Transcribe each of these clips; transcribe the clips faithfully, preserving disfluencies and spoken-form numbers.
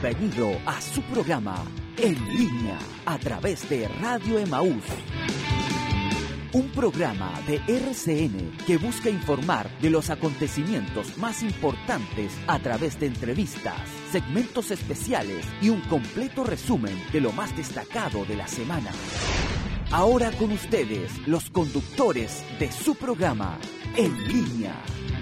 Bienvenido a su programa En Línea a través de Radio Emaús. Un programa de R C N que busca informar de los acontecimientos más importantes a través de entrevistas, segmentos especiales y un completo resumen de lo más destacado de la semana. Ahora con ustedes, los conductores de su programa En Línea.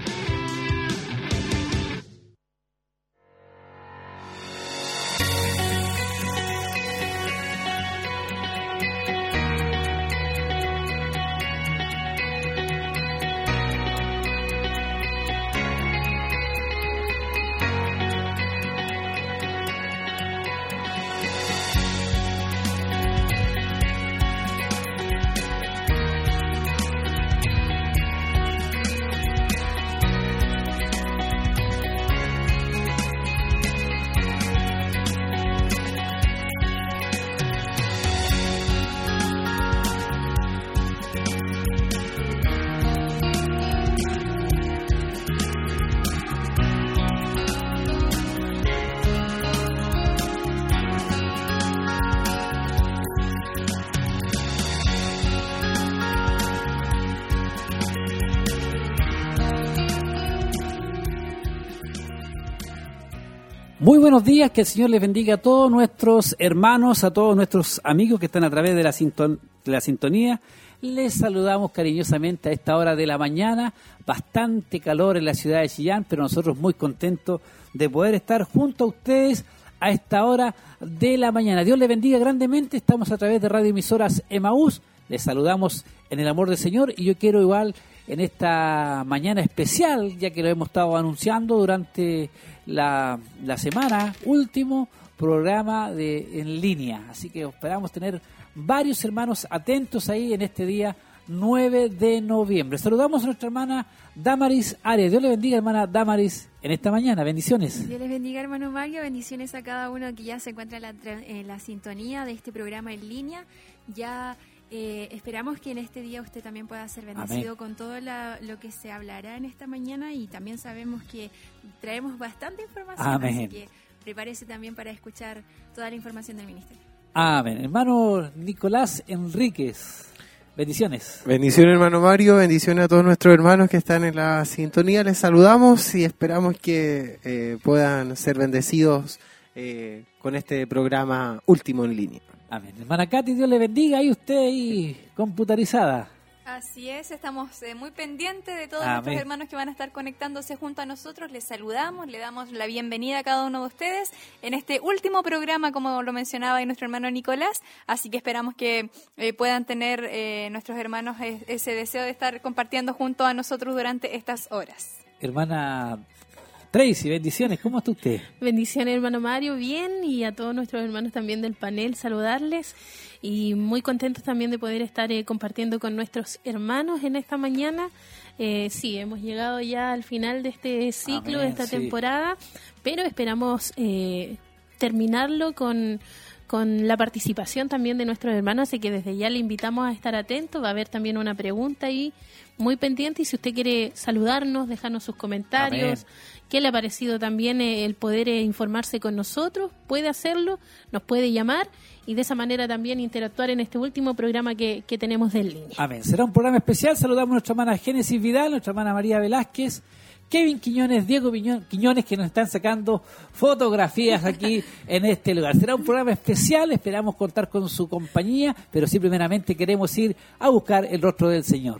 Muy buenos días, que el Señor les bendiga a todos nuestros hermanos, a todos nuestros amigos que están a través de la, sinton- de la sintonía. Les saludamos cariñosamente a esta hora de la mañana, bastante calor en la ciudad de Chillán, pero nosotros muy contentos de poder estar junto a ustedes a esta hora de la mañana. Dios les bendiga grandemente, estamos a través de Radio Emisoras Emaús, les saludamos en el amor del Señor y yo quiero igual en esta mañana especial, ya que lo hemos estado anunciando durante la, la semana, último programa de En Línea, así que esperamos tener varios hermanos atentos ahí en este día nueve de noviembre. Saludamos a nuestra hermana Damaris Arias. Dios le bendiga, hermana Damaris, en esta mañana. Bendiciones. Dios les bendiga, hermano Mario. Bendiciones a cada uno que ya se encuentra en la, en la sintonía de este programa En Línea. Ya eh, esperamos que en este día usted también pueda ser bendecido Amén. Con todo la, lo que se hablará en esta mañana, y también sabemos que traemos bastante información, Amén. Así que prepárese también para escuchar toda la información del ministerio. Amén. Hermano Nicolás Enríquez, bendiciones. Bendiciones, hermano Mario, bendiciones a todos nuestros hermanos que están en la sintonía. Les saludamos y esperamos que eh, puedan ser bendecidos eh, con este programa último En Línea. Amén. Hermana Katy, Dios le bendiga. Ahí usted ahí computarizada. Así es, estamos eh, muy pendientes de todos Amén. Nuestros hermanos que van a estar conectándose junto a nosotros. Les saludamos, le damos la bienvenida a cada uno de ustedes en este último programa, como lo mencionaba ahí nuestro hermano Nicolás. Así que esperamos que eh, puedan tener eh, nuestros hermanos eh, ese deseo de estar compartiendo junto a nosotros durante estas horas. Hermana Tracy, bendiciones, ¿cómo está usted? Bendiciones, hermano Mario, bien, y a todos nuestros hermanos también del panel, saludarles. Y muy contentos también de poder estar eh, compartiendo con nuestros hermanos en esta mañana. Eh, sí, hemos llegado ya al final de este ciclo, Amén, de esta sí. temporada, pero esperamos eh, terminarlo con, con la participación también de nuestros hermanos, así que desde ya le invitamos a estar atentos. Va a haber también una pregunta ahí muy pendiente, y si usted quiere saludarnos, dejarnos sus comentarios, Amén. Qué le ha parecido también eh, el poder eh, informarse con nosotros, puede hacerlo, nos puede llamar, y de esa manera también interactuar en este último programa que, que tenemos de En Línea. Amén. Será un programa especial. Saludamos a nuestra hermana Génesis Vidal, nuestra hermana María Velázquez, Kevin Quiñones, Diego Quiñones, que nos están sacando fotografías aquí en este lugar. Será un programa especial, esperamos contar con su compañía, pero sí primeramente queremos ir a buscar el rostro del Señor.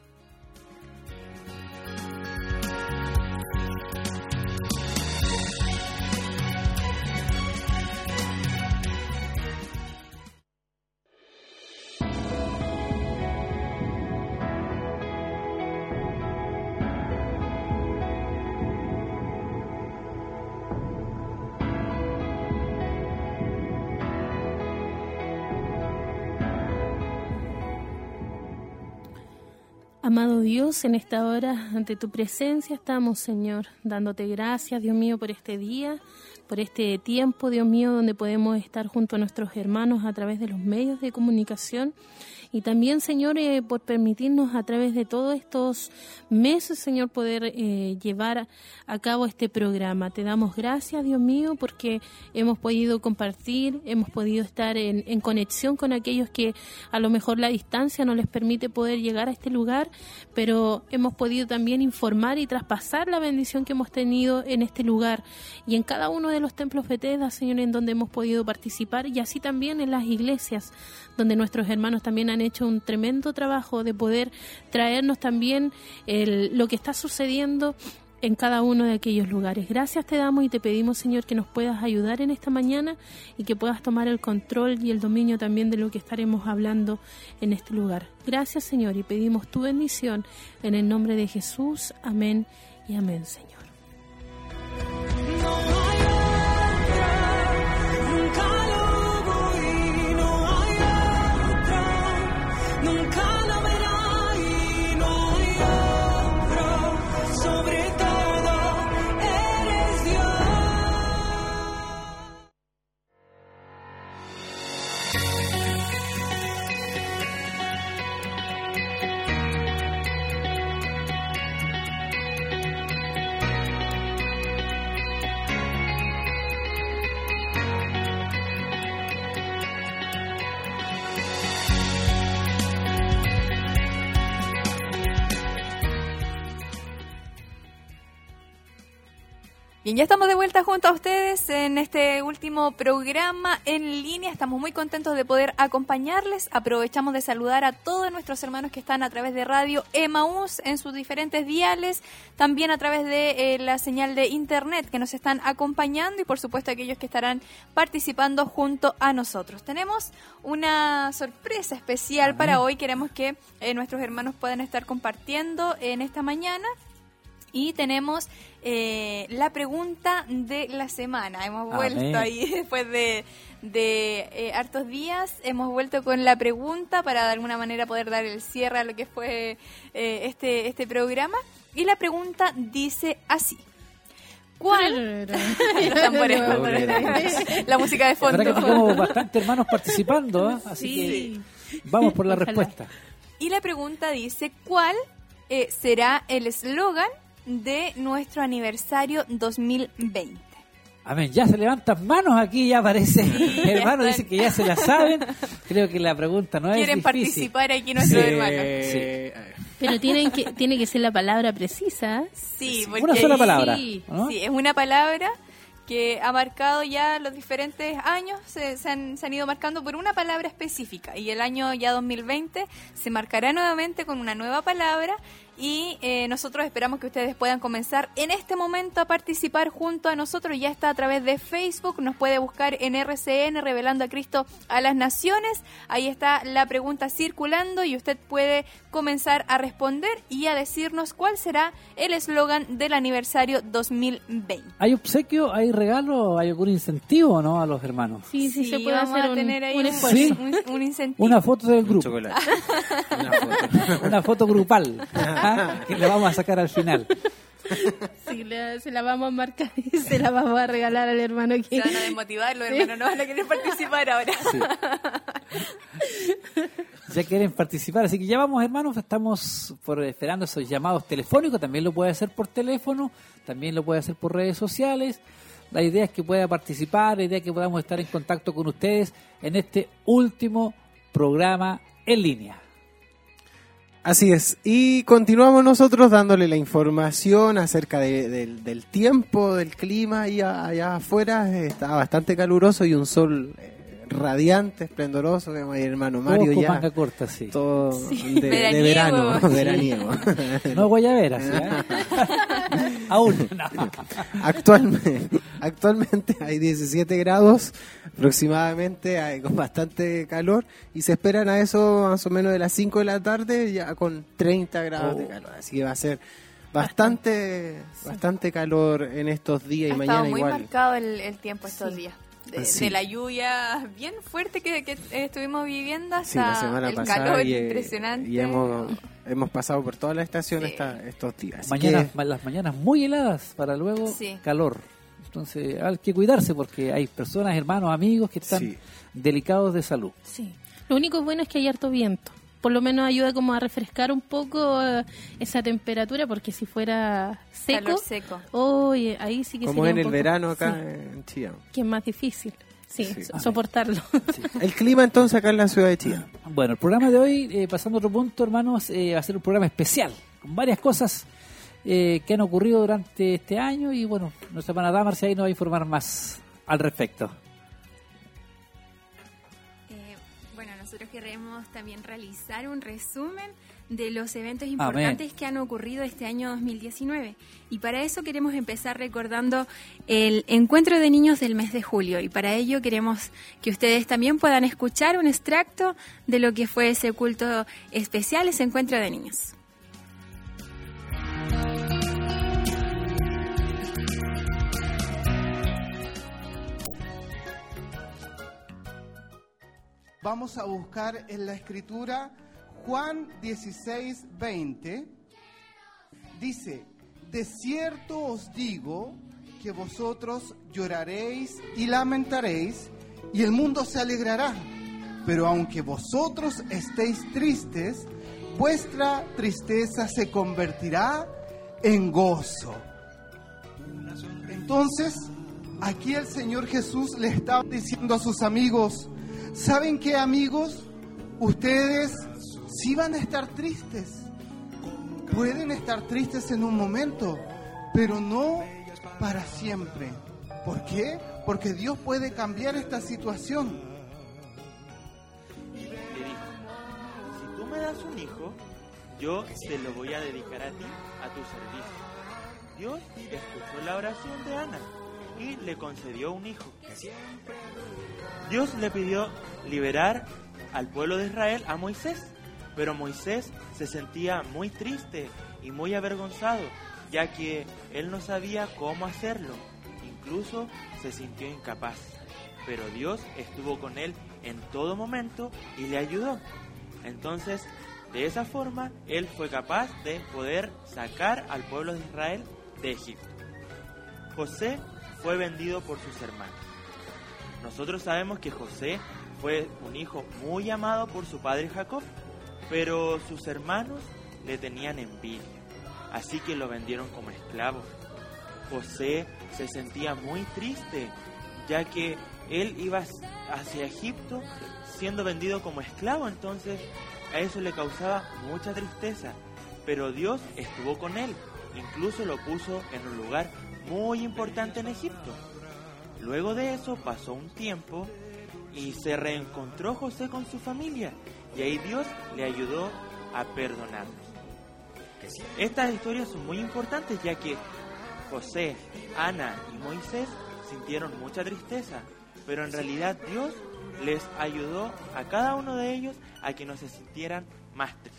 Amado Dios, en esta hora, ante tu presencia estamos, Señor, dándote gracias, Dios mío, por este día. por este tiempo, Dios mío, donde podemos estar junto a nuestros hermanos a través de los medios de comunicación. Y también, Señor, eh, por permitirnos a través de todos estos meses, Señor, poder eh, llevar a, a cabo este programa. Te damos gracias, Dios mío, porque hemos podido compartir, hemos podido estar en, en conexión con aquellos que a lo mejor la distancia no les permite poder llegar a este lugar, pero hemos podido también informar y traspasar la bendición que hemos tenido en este lugar y en cada uno de los templos Bethesda, Señor, en donde hemos podido participar, y así también en las iglesias, donde nuestros hermanos también han hecho un tremendo trabajo de poder traernos también el, lo que está sucediendo en cada uno de aquellos lugares. Gracias te damos y te pedimos, Señor, que nos puedas ayudar en esta mañana y que puedas tomar el control y el dominio también de lo que estaremos hablando en este lugar. Gracias, Señor, y pedimos tu bendición en el nombre de Jesús. Amén y amén, Señor. Bien, ya estamos de vuelta junto a ustedes en este último programa en línea. Estamos muy contentos de poder acompañarles. Aprovechamos de saludar a todos nuestros hermanos que están a través de Radio Emaús en sus diferentes diales, también a través de eh, la señal de internet que nos están acompañando y por supuesto aquellos que estarán participando junto a nosotros. Tenemos una sorpresa especial Amén. Para hoy. Queremos que eh, nuestros hermanos puedan estar compartiendo en esta mañana. Y tenemos eh, la pregunta de la semana. Hemos vuelto Amén. Ahí después de, de eh, hartos días. Hemos vuelto con la pregunta para de alguna manera poder dar el cierre a lo que fue eh, este, este programa. Y la pregunta dice así. ¿Cuál? Los tambores, la música de fondo. La verdad que tenemos bastantes hermanos participando, ¿eh? Así sí. que vamos por la Ojalá. respuesta. Y la pregunta dice, ¿cuál eh, será el eslogan de nuestro aniversario dos mil veinte? Amén, ya se levantan manos aquí, ya parece. Sí, hermanos dicen que ya se la saben. Creo que la pregunta no es Quieren difícil. participar aquí nuestros sí, hermanos. Sí. Pero tienen que, tiene que ser la palabra precisa. Sí, porque una sola palabra. Sí, ¿no? sí, es una palabra que ha marcado ya los diferentes años, se, se, han, se han ido marcando por una palabra específica. Y el año ya dos mil veinte se marcará nuevamente con una nueva palabra. Y eh, nosotros esperamos que ustedes puedan comenzar en este momento a participar junto a nosotros. Ya está a través de Facebook, nos puede buscar en R C N, Revelando a Cristo a las Naciones. Ahí está la pregunta circulando y usted puede comenzar a responder y a decirnos cuál será el eslogan del aniversario dos mil veinte. ¿Hay obsequio, hay regalo, hay algún incentivo, no, a los hermanos? Sí, sí, sí se puede vamos hacer a un, tener ahí un un, esfuerzo. ¿Sí? un, un incentivo. Una foto del grupo. Una foto. Una foto grupal. Que le vamos a sacar al final. Sí, le, se la vamos a marcar y se la vamos a regalar al hermano que... Se van a desmotivar, los hermanos no van a querer participar ahora. Sí. Ya quieren participar, así que ya vamos, hermanos, estamos por esperando esos llamados telefónicos. También lo puede hacer por teléfono, también lo puede hacer por redes sociales. La idea es que pueda participar, la idea es que podamos estar en contacto con ustedes en este último programa en línea. Así es, y continuamos nosotros dándole la información acerca de, de, del tiempo, del clima. Allá, allá afuera está bastante caluroso y un sol eh, radiante, esplendoroso. Vemos ahí, hermano Mario, todo ya manga corta, sí. todo Sí. de, Veraniego. de verano, Sí. veraniego. No guayabera, ¿sí? ¿eh? Aún no. Actualmente, actualmente hay diecisiete grados aproximadamente, hay con bastante calor y se esperan a eso más o menos de las cinco de la tarde ya con treinta grados Oh. de calor, así que va a ser bastante bastante calor en estos días y Ha mañana estado muy igual. marcado el, el tiempo estos Sí. días. De, Sí. de la lluvia bien fuerte que, que eh, estuvimos viviendo hasta Sí, la semana el pasada calor y, eh, impresionante. y hemos, hemos pasado por toda la estación Sí. esta, estos días. Así Mañanas, que- las mañanas muy heladas para luego Sí. calor. Entonces hay que cuidarse porque hay personas, hermanos, amigos que están sí. delicados de salud. Sí. Lo único bueno es que hay harto viento. Por lo menos ayuda como a refrescar un poco uh, esa temperatura, porque si fuera seco, calor seco. Oh, ahí sí que como sería en un el poco, verano acá sí, en Chillán. Que es más difícil, sí, sí. So- soportarlo. Sí. El clima entonces acá en la ciudad de Chillán. Bueno, el programa de hoy, eh, pasando a otro punto, hermanos, eh, va a ser un programa especial, con varias cosas eh, que han ocurrido durante este año y bueno, nuestra hermana Damarce ahí nos va a informar más al respecto. Nosotros queremos también realizar un resumen de los eventos importantes Amén. que han ocurrido este año dos mil diecinueve. Y para eso queremos empezar recordando el encuentro de niños del mes de julio. Y para ello queremos que ustedes también puedan escuchar un extracto de lo que fue ese culto especial, ese encuentro de niños. Vamos a buscar en la Escritura Juan dieciséis, veinte. Dice, de cierto os digo que vosotros lloraréis y lamentaréis, y el mundo se alegrará. Pero aunque vosotros estéis tristes, vuestra tristeza se convertirá en gozo. Entonces, aquí el Señor Jesús le estaba diciendo a sus amigos, ¿saben qué, amigos? Ustedes sí van a estar tristes. Pueden estar tristes en un momento, pero no para siempre. ¿Por qué? Porque Dios puede cambiar esta situación. Le dijo, si tú me das un hijo, yo te lo voy a dedicar a ti, a tu servicio. Dios escuchó la oración de Ana y le concedió un hijo. Dios le pidió liberar al pueblo de Israel a Moisés, pero Moisés se sentía muy triste y muy avergonzado, ya que él no sabía cómo hacerlo, incluso se sintió incapaz. Pero Dios estuvo con él en todo momento y le ayudó. Entonces, de esa forma, él fue capaz de poder sacar al pueblo de Israel de Egipto. José fue vendido por sus hermanos. Nosotros sabemos que José fue un hijo muy amado por su padre Jacob, pero sus hermanos le tenían envidia, así que lo vendieron como esclavo. José se sentía muy triste, ya que él iba hacia Egipto siendo vendido como esclavo, entonces a eso le causaba mucha tristeza, pero Dios estuvo con él, incluso lo puso en un lugar muy importante en Egipto. Luego de eso pasó un tiempo y se reencontró José con su familia y ahí Dios le ayudó a perdonarlos. Estas historias son muy importantes ya que José, Ana y Moisés sintieron mucha tristeza, pero en realidad Dios les ayudó a cada uno de ellos a que no se sintieran más tristes.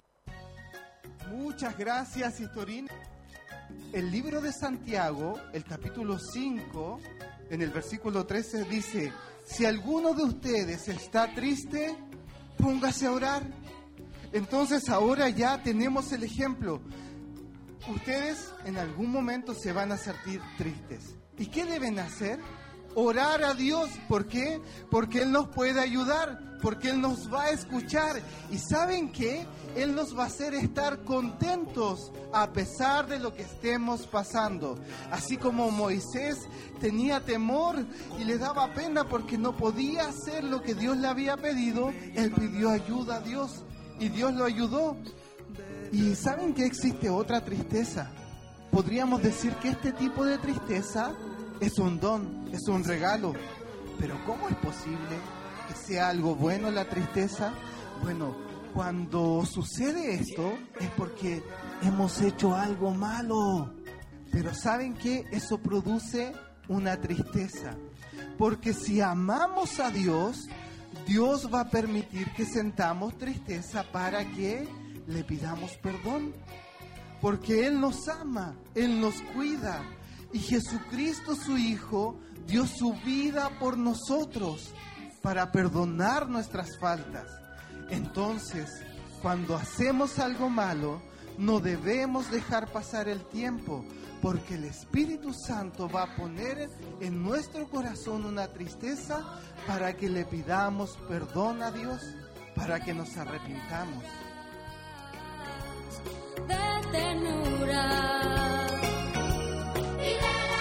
Muchas gracias, Historin. El libro de Santiago, el capítulo cinco, en el versículo trece dice, si alguno de ustedes está triste, póngase a orar. Entonces ahora ya tenemos el ejemplo. Ustedes en algún momento se van a sentir tristes. ¿Y qué deben hacer? Orar a Dios. ¿Por qué? Porque Él nos puede ayudar, porque Él nos va a escuchar. ¿Y saben qué? Él nos va a hacer estar contentos a pesar de lo que estemos pasando. Así como Moisés tenía temor y le daba pena porque no podía hacer lo que Dios le había pedido, él pidió ayuda a Dios y Dios lo ayudó. ¿Y saben que existe otra tristeza? Podríamos decir que este tipo de tristeza es un don, es un regalo. Pero ¿cómo es posible que sea algo bueno la tristeza? Bueno, cuando sucede esto es porque hemos hecho algo malo. Pero ¿saben qué? Eso produce una tristeza. Porque si amamos a Dios, Dios va a permitir que sentamos tristeza para que le pidamos perdón. Porque Él nos ama, Él nos cuida. Y Jesucristo, su Hijo, dio su vida por nosotros para perdonar nuestras faltas. Entonces, cuando hacemos algo malo, no debemos dejar pasar el tiempo, porque el Espíritu Santo va a poner en nuestro corazón una tristeza para que le pidamos perdón a Dios, para que nos arrepintamos. De ternura y del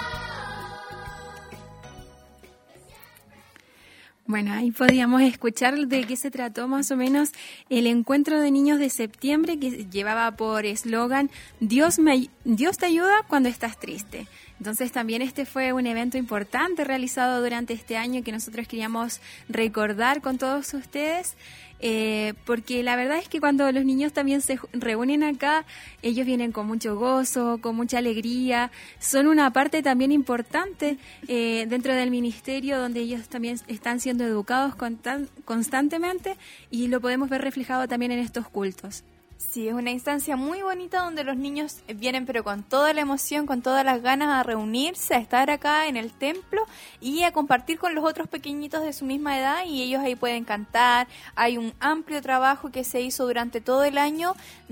Bueno, ahí podíamos escuchar de qué se trató más o menos el encuentro de niños de septiembre, que llevaba por eslogan Dios me Dios te ayuda cuando estás triste. Entonces también este fue un evento importante realizado durante este año que nosotros queríamos recordar con todos ustedes. Eh, porque la verdad es que cuando los niños también se reúnen acá, ellos vienen con mucho gozo, con mucha alegría, son una parte también importante eh, dentro del ministerio, donde ellos también están siendo educados constan- constantemente, y lo podemos ver reflejado también en estos cultos. Sí, es una instancia muy bonita donde los niños vienen pero con toda la emoción, con todas las ganas a reunirse, a estar acá en el templo y a compartir con los otros pequeñitos de su misma edad, y ellos ahí pueden cantar. Hay un amplio trabajo que se hizo durante todo el año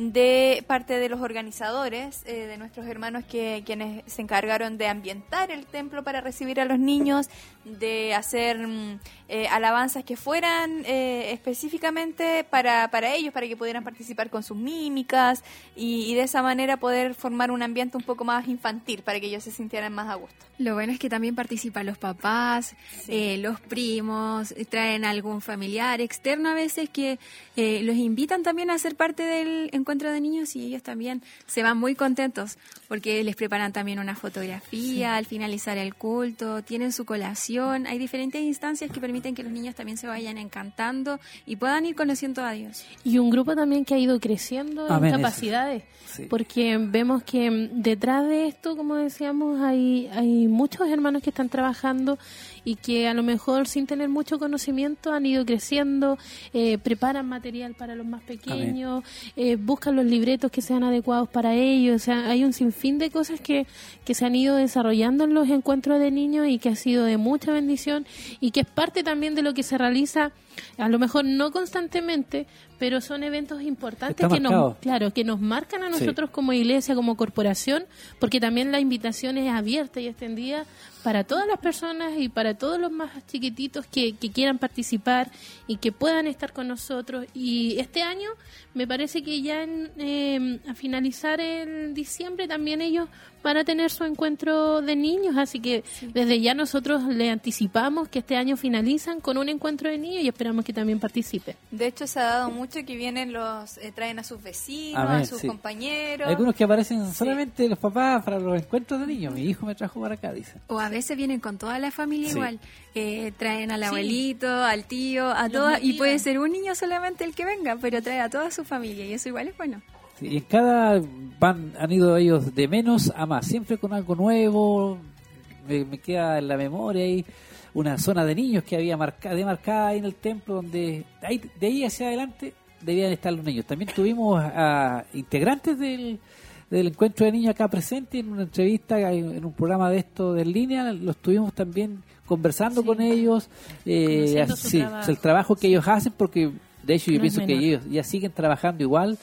de parte de los organizadores, eh, de nuestros hermanos que quienes se encargaron de ambientar el templo para recibir a los niños, de hacer eh, alabanzas que fueran eh, específicamente para, para ellos, para que pudieran participar con sus mímicas y, y de esa manera poder formar un ambiente un poco más infantil para que ellos se sintieran más a gusto. Lo bueno es que también participan los papás, sí. eh, los primos, traen algún familiar externo a veces que eh, los invitan también a ser parte del encuentro de niños, y ellos también se van muy contentos porque les preparan también una fotografía, sí, al finalizar el culto, tienen su colación. Hay diferentes instancias que permiten que los niños también se vayan encantando y puedan ir conociendo a Dios. Y un grupo también que ha ido creciendo Amén, en capacidades, sí. Porque vemos que detrás de esto, como decíamos, hay, hay muchos hermanos que están trabajando y que a lo mejor sin tener mucho conocimiento han ido creciendo, eh, preparan material para los más pequeños, eh, buscan los libretos que sean adecuados para ellos. O sea, hay un sinfín de cosas que, que se han ido desarrollando en los encuentros de niños y que ha sido de mucha bendición y que es parte también de lo que se realiza, a lo mejor no constantemente, pero son eventos importantes Está que marcado. nos, claro, que nos marcan a nosotros Sí. como iglesia, como corporación, porque también la invitación es abierta y extendida para todas las personas y para todos los más chiquititos que, que quieran participar y que puedan estar con nosotros. Y este año me parece que ya en, eh, a finalizar el diciembre también ellos van a tener su encuentro de niños, así que sí, desde ya nosotros le anticipamos que este año finalizan con un encuentro de niños y esperamos que también participen. De hecho, se ha dado mucho que vienen los eh, traen a sus vecinos, Amén, a sus sí. compañeros. Hay algunos que aparecen Sí. solamente los papás para los encuentros de niños. Mi hijo me trajo para acá, dicen. O a veces vienen con toda la familia Sí. igual, eh, traen al Sí. abuelito, al tío, a Los todas, y motivan. puede ser un niño solamente el que venga, pero trae a toda su familia, y eso igual es bueno. Sí, y en cada van han ido ellos de menos a más, siempre con algo nuevo. Me, me queda en la memoria ahí una zona de niños que había marcada, demarcada ahí en el templo, donde ahí, de ahí hacia adelante debían estar los niños. También tuvimos a integrantes del, del encuentro de niños acá presentes en una entrevista, en un programa de esto de en línea, los tuvimos también conversando Sí. con ellos, eh, Conociendo su sí, trabajo. el trabajo que ellos hacen, porque de hecho yo No es pienso que menor. ellos ya siguen trabajando igual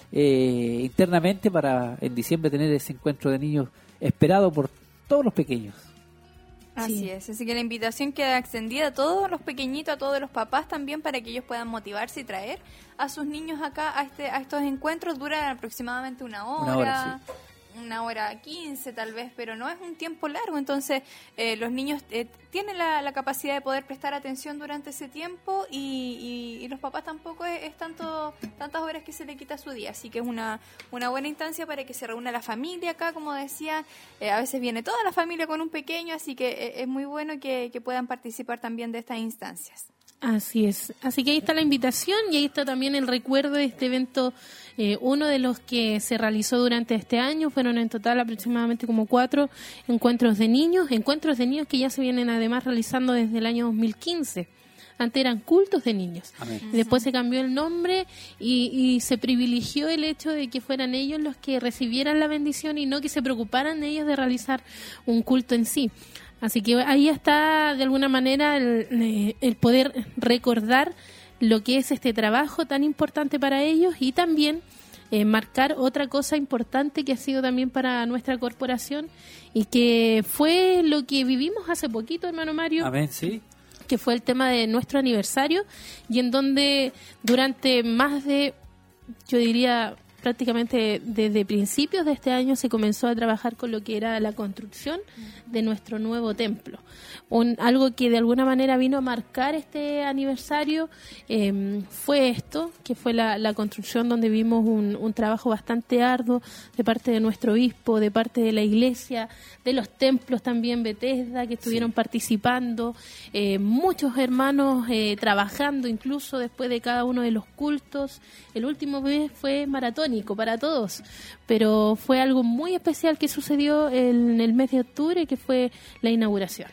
eh, internamente para en diciembre tener ese encuentro de niños esperado por todos los pequeños. Así Sí. es, así que la invitación queda extendida a todos los pequeñitos, a todos los papás también, para que ellos puedan motivarse y traer a sus niños acá a este a estos encuentros. Duran aproximadamente una hora, Una hora, una hora quince tal vez, pero no es un tiempo largo, entonces eh, los niños eh, tienen la, la capacidad de poder prestar atención durante ese tiempo y, y, y los papás tampoco es, es tanto tantas horas que se le quita su día, así que es una, una buena instancia para que se reúna la familia acá, como decía, eh, a veces viene toda la familia con un pequeño, así que eh, es muy bueno que, que puedan participar también de estas instancias. Así es. Así que ahí está la invitación y ahí está también el recuerdo de este evento. Eh, uno de los que se realizó durante este año, fueron en total aproximadamente como cuatro encuentros de niños, encuentros de niños que ya se vienen además realizando desde el año dos mil quince. Antes eran cultos de niños. Amén. Después se cambió el nombre y, y se privilegió el hecho de que fueran ellos los que recibieran la bendición y no que se preocuparan ellos de realizar un culto en sí. Así que ahí está de alguna manera el, el poder recordar lo que es este trabajo tan importante para ellos y también eh, marcar otra cosa importante que ha sido también para nuestra corporación y que fue lo que vivimos hace poquito, hermano Mario. Amén, sí. Que fue el tema de nuestro aniversario y en donde durante más de, yo diría, prácticamente desde principios de este año se comenzó a trabajar con lo que era la construcción de nuestro nuevo templo. Un, algo que de alguna manera vino a marcar este aniversario eh, fue esto, que fue la, la construcción donde vimos un, un trabajo bastante arduo de parte de nuestro obispo, de parte de la iglesia, de los templos también Bethesda que estuvieron sí. participando, eh, muchos hermanos eh, trabajando incluso después de cada uno de los cultos. El último mes fue maratónico para todos, pero fue algo muy especial que sucedió en el mes de octubre, que fue la inauguración.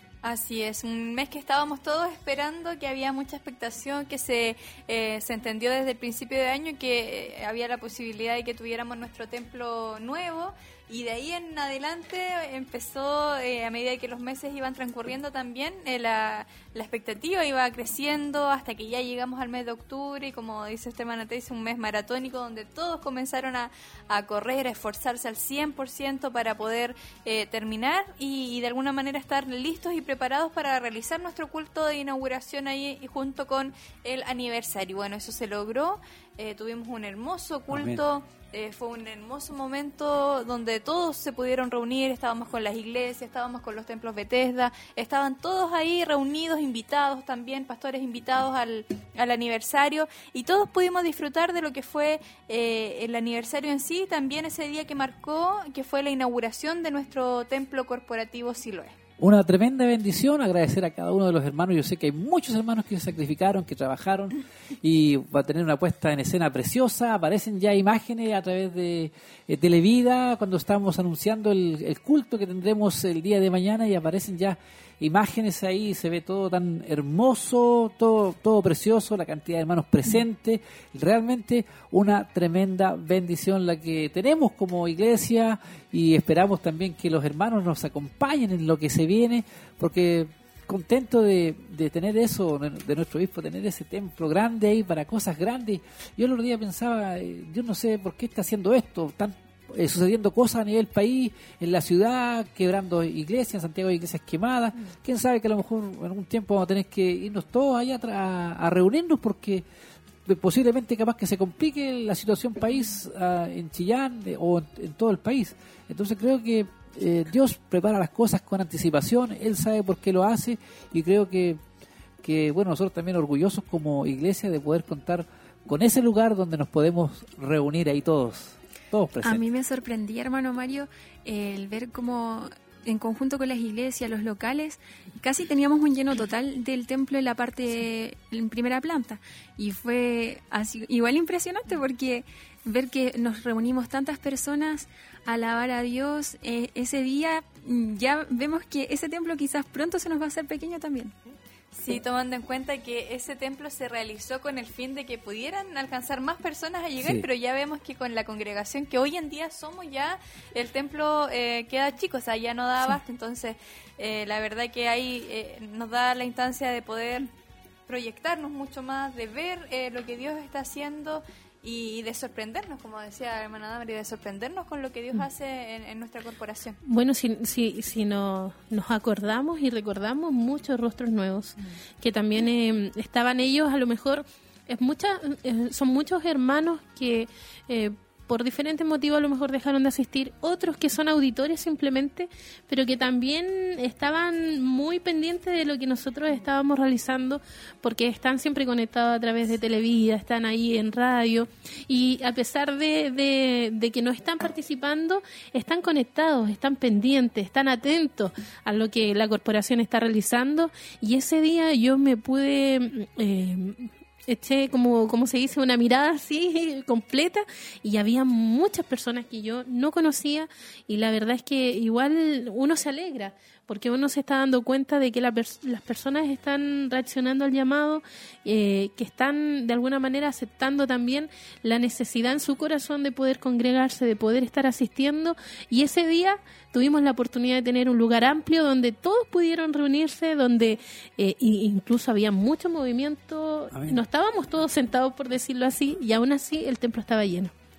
Así es, un mes que estábamos todos esperando, que había mucha expectación, que se eh, se entendió desde el principio de año que eh, había la posibilidad de que tuviéramos nuestro templo nuevo, y de ahí en adelante empezó, eh, a medida que los meses iban transcurriendo también, eh, la, la expectativa iba creciendo hasta que ya llegamos al mes de octubre, y como dice este hermano, es un mes maratónico donde todos comenzaron a, a correr, a esforzarse al cien por ciento para poder eh, terminar y, y de alguna manera estar listos y preparados para realizar nuestro culto de inauguración ahí y junto con el aniversario. Bueno, eso se logró, eh, tuvimos un hermoso culto. Eh, fue un hermoso momento donde todos se pudieron reunir, estábamos con las iglesias, estábamos con los templos Bethesda, estaban todos ahí reunidos, invitados también, pastores invitados al, al aniversario, y todos pudimos disfrutar de lo que fue eh, el aniversario en sí, también ese día que marcó, que fue la inauguración de nuestro templo corporativo Siloé. Una tremenda bendición, agradecer a cada uno de los hermanos. Yo sé que hay muchos hermanos que se sacrificaron, que trabajaron, y va a tener una puesta en escena preciosa. Aparecen ya imágenes a través de eh, Televida cuando estamos anunciando el, el culto que tendremos el día de mañana, y aparecen ya imágenes ahí, se ve todo tan hermoso, todo todo precioso, la cantidad de hermanos presentes. Realmente una tremenda bendición la que tenemos como iglesia, y esperamos también que los hermanos nos acompañen en lo que se viene, porque contento de, de tener eso, de nuestro obispo, tener ese templo grande ahí para cosas grandes. Yo el otro día pensaba, yo no sé por qué está haciendo esto, tan Eh, sucediendo cosas a nivel país, en la ciudad, quebrando iglesias, en Santiago hay iglesias quemadas. Quién sabe que a lo mejor en algún tiempo vamos a tener que irnos todos allá a, a reunirnos, porque posiblemente capaz que se complique la situación país uh, en Chillán eh, o en, en todo el país. Entonces creo que eh, Dios prepara las cosas con anticipación, Él sabe por qué lo hace, y creo que, que bueno, nosotros también orgullosos como iglesia de poder contar con ese lugar donde nos podemos reunir ahí todos. A mí me sorprendía, hermano Mario, el ver cómo en conjunto con las iglesias, los locales, casi teníamos un lleno total del templo en la parte, en primera planta. Y fue así, igual impresionante, porque ver que nos reunimos tantas personas a alabar a Dios, eh, ese día ya vemos que ese templo quizás pronto se nos va a hacer pequeño también. Sí, tomando en cuenta que ese templo se realizó con el fin de que pudieran alcanzar más personas a llegar, sí. Pero ya vemos que con la congregación que hoy en día somos, ya el templo eh, queda chico, o sea, ya no da abasto. Sí. Entonces, eh, la verdad que ahí eh, nos da la instancia de poder proyectarnos mucho más, de ver eh, lo que Dios está haciendo y de sorprendernos, como decía la hermana Damari, de sorprendernos con lo que Dios hace en, en nuestra corporación. Bueno, si, si, si no, nos acordamos y recordamos muchos rostros nuevos, mm. que también eh, estaban ellos, a lo mejor es mucha, eh, son muchos hermanos que eh, por diferentes motivos a lo mejor dejaron de asistir, otros que son auditores simplemente, pero que también estaban muy pendientes de lo que nosotros estábamos realizando, porque están siempre conectados a través de Televida, están ahí en radio, y a pesar de, de, de que no están participando, están conectados, están pendientes, están atentos a lo que la corporación está realizando, y ese día yo me pude... Eh, eché como, como se dice, una mirada así completa, y había muchas personas que yo no conocía, y la verdad es que igual uno se alegra porque uno se está dando cuenta de que la pers- las personas están reaccionando al llamado, eh, que están de alguna manera aceptando también la necesidad en su corazón de poder congregarse, de poder estar asistiendo, y ese día tuvimos la oportunidad de tener un lugar amplio donde todos pudieron reunirse, donde eh, incluso había mucho movimiento. Amén. No estábamos todos sentados, por decirlo así, y aún así el templo estaba lleno.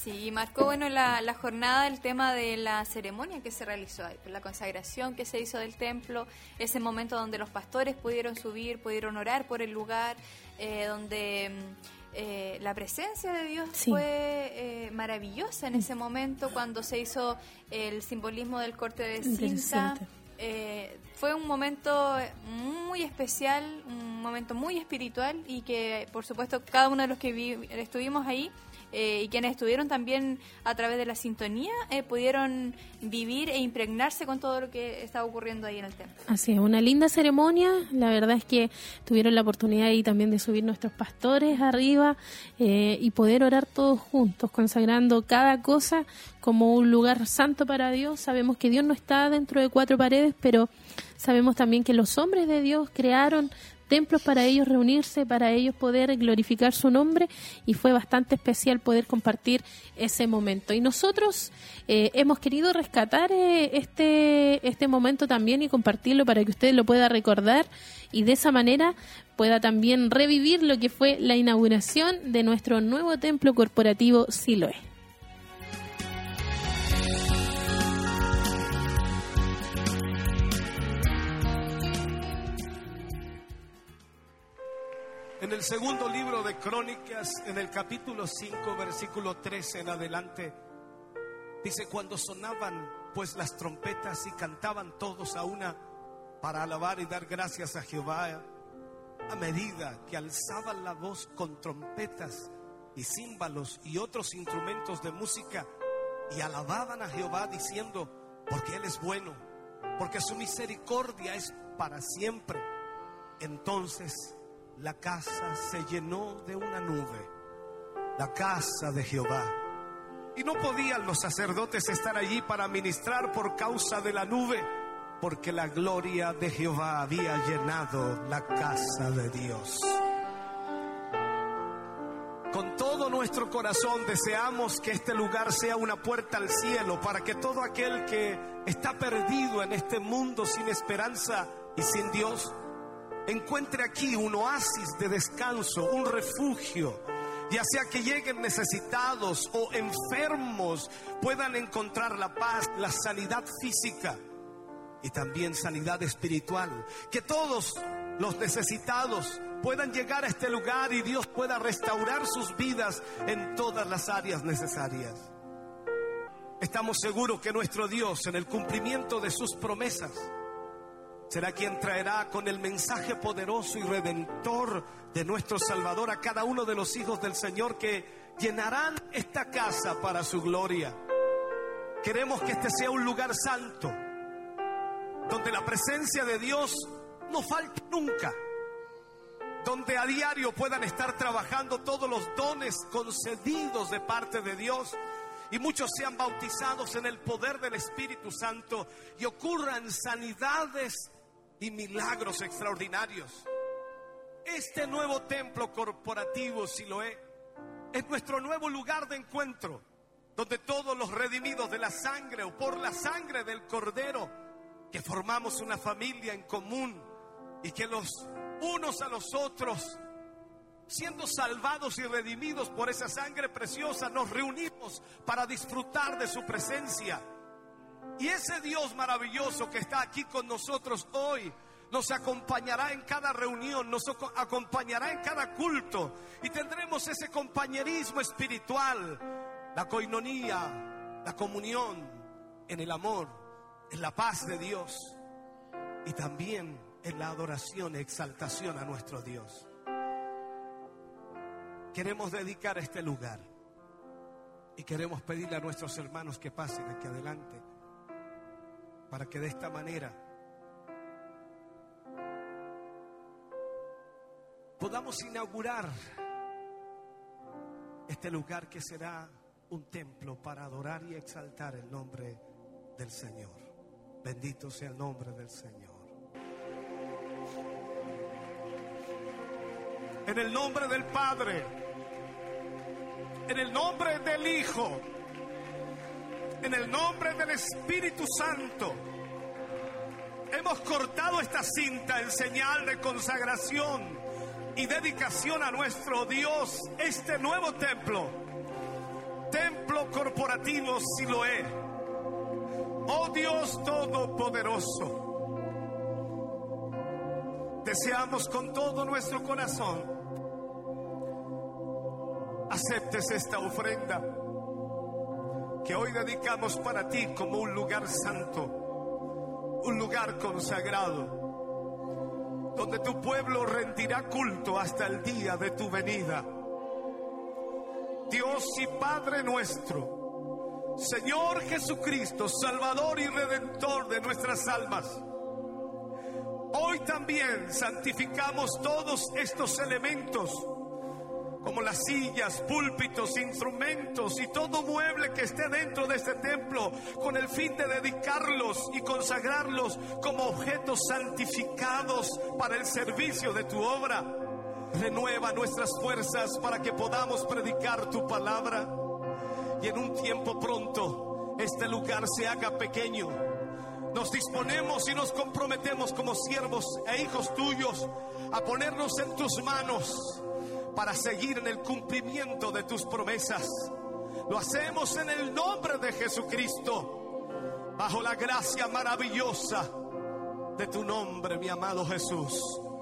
Sí, y marcó bueno la, la jornada el tema de la ceremonia que se realizó ahí, la consagración que se hizo del templo, ese momento donde los pastores pudieron subir, pudieron orar por el lugar, eh, donde eh, la presencia de Dios sí. fue eh, maravillosa en ese momento cuando se hizo el simbolismo del corte de cinta. Eh, fue un momento muy especial, un momento muy espiritual y que por supuesto cada uno de los que vi, estuvimos ahí eh, y quienes estuvieron también a través de la sintonía eh, pudieron vivir e impregnarse con todo lo que estaba ocurriendo ahí en el templo. Así es, una linda ceremonia. La verdad es que tuvieron la oportunidad ahí también de subir nuestros pastores arriba eh, y poder orar todos juntos, consagrando cada cosa como un lugar santo para Dios. Sabemos que Dios no está dentro de cuatro paredes, pero sabemos también que los hombres de Dios crearon templos para ellos reunirse, para ellos poder glorificar su nombre, y fue bastante especial poder compartir ese momento. Y nosotros eh, hemos querido rescatar eh, este, este momento también y compartirlo para que usted lo pueda recordar y de esa manera pueda también revivir lo que fue la inauguración de nuestro nuevo templo corporativo Siloé. En el segundo libro de Crónicas, en el capítulo cinco, versículo trece en adelante, dice: cuando sonaban pues las trompetas y cantaban todos a una para alabar y dar gracias a Jehová, a medida que alzaban la voz con trompetas y címbalos y otros instrumentos de música, y alababan a Jehová diciendo: porque Él es bueno, porque su misericordia es para siempre. Entonces la casa se llenó de una nube, la casa de Jehová, y no podían los sacerdotes estar allí para ministrar por causa de la nube, porque la gloria de Jehová había llenado la casa de Dios. Con todo nuestro corazón deseamos que este lugar sea una puerta al cielo, para que todo aquel que está perdido en este mundo sin esperanza y sin Dios encuentre aquí un oasis de descanso, un refugio, ya sea que lleguen necesitados o enfermos, puedan encontrar la paz, la sanidad física y también sanidad espiritual. Que todos los necesitados puedan llegar a este lugar y Dios pueda restaurar sus vidas en todas las áreas necesarias. Estamos seguros que nuestro Dios, en el cumplimiento de sus promesas, será quien traerá con el mensaje poderoso y redentor de nuestro Salvador a cada uno de los hijos del Señor que llenarán esta casa para su gloria. Queremos que este sea un lugar santo, donde la presencia de Dios no falte nunca, donde a diario puedan estar trabajando todos los dones concedidos de parte de Dios, y muchos sean bautizados en el poder del Espíritu Santo y ocurran sanidades y milagros extraordinarios. Este nuevo templo corporativo Siloé es nuestro nuevo lugar de encuentro, donde todos los redimidos de la sangre o por la sangre del Cordero, que formamos una familia en común y que los unos a los otros, siendo salvados y redimidos por esa sangre preciosa, nos reunimos para disfrutar de su presencia. Y ese Dios maravilloso que está aquí con nosotros hoy nos acompañará en cada reunión, nos acompañará en cada culto, y tendremos ese compañerismo espiritual, la coinonía, la comunión en el amor, en la paz de Dios y también en la adoración y exaltación a nuestro Dios. Queremos dedicar este lugar y queremos pedirle a nuestros hermanos que pasen aquí adelante, para que de esta manera podamos inaugurar este lugar que será un templo para adorar y exaltar el nombre del Señor. Bendito sea el nombre del Señor. En el nombre del Padre, en el nombre del Hijo, en el nombre del Espíritu Santo, hemos cortado esta cinta en señal de consagración y dedicación a nuestro Dios. Este nuevo templo, templo templo corporativo Siloé. Oh Dios Todopoderoso, deseamos con todo nuestro corazón aceptes esta ofrenda que hoy dedicamos para ti como un lugar santo, un lugar consagrado, donde tu pueblo rendirá culto hasta el día de tu venida. Dios y Padre nuestro, Señor Jesucristo, Salvador y Redentor de nuestras almas, hoy también santificamos todos estos elementos, como las sillas, púlpitos, instrumentos y todo mueble que esté dentro de este templo, con el fin de dedicarlos y consagrarlos como objetos santificados para el servicio de tu obra. Renueva nuestras fuerzas para que podamos predicar tu palabra y en un tiempo pronto este lugar se haga pequeño. Nos disponemos y nos comprometemos como siervos e hijos tuyos a ponernos en tus manos para seguir en el cumplimiento de tus promesas. Lo hacemos en el nombre de Jesucristo, bajo la gracia maravillosa de tu nombre, mi amado Jesús.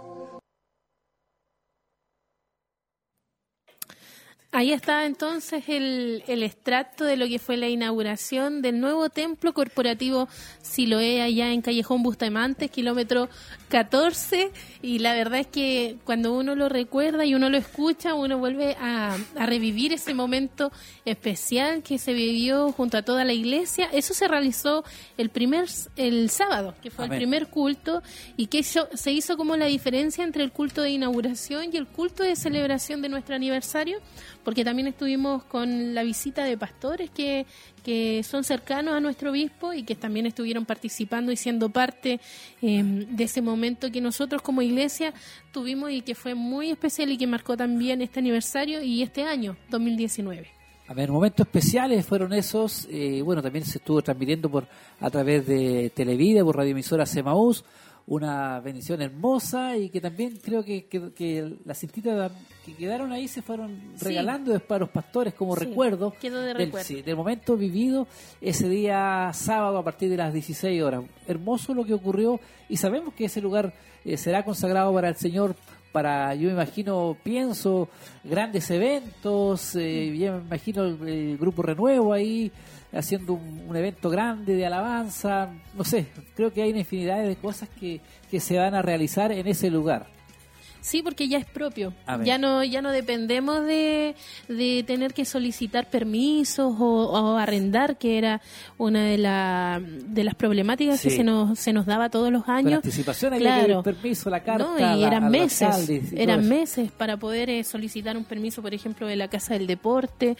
Ahí está entonces el, el extracto de lo que fue la inauguración del nuevo templo corporativo Siloé allá en Callejón Bustamante, kilómetro catorce, y la verdad es que cuando uno lo recuerda y uno lo escucha, uno vuelve a, a revivir ese momento especial que se vivió junto a toda la iglesia. Eso se realizó el primer el sábado, que fue Amén. El primer culto, y que eso, se hizo como la diferencia entre el culto de inauguración y el culto de celebración de nuestro aniversario, porque también estuvimos con la visita de pastores que, que son cercanos a nuestro obispo y que también estuvieron participando y siendo parte eh, de ese momento que nosotros como iglesia tuvimos y que fue muy especial y que marcó también este aniversario y este año, dos mil diecinueve. A ver, momentos especiales fueron esos. Eh, bueno, también se estuvo transmitiendo por a través de Televida, por radioemisora Emaús, una bendición hermosa, y que también creo que, que, que las cintitas que quedaron ahí se fueron regalando sí. después a los pastores como sí, recuerdo, quedó de del, recuerdo. Sí, del momento vivido ese día sábado a partir de las dieciséis horas. Hermoso lo que ocurrió, y sabemos que ese lugar eh, será consagrado para el Señor, para, yo me imagino, pienso, grandes eventos, eh, ya me imagino el, el Grupo Renuevo ahí haciendo un, un evento grande de alabanza, no sé, creo que hay una infinidad de cosas que, que se van a realizar en ese lugar. Sí, porque ya es propio. Amén. Ya no ya no dependemos de, de tener que solicitar permisos o, o arrendar, que era una de, la, de las problemáticas sí. que se nos se nos daba todos los años. Con anticipación, claro. había que el permiso, la carta, no, y eran la, meses, y eran meses para poder eh, solicitar un permiso, por ejemplo, de la Casa del Deporte,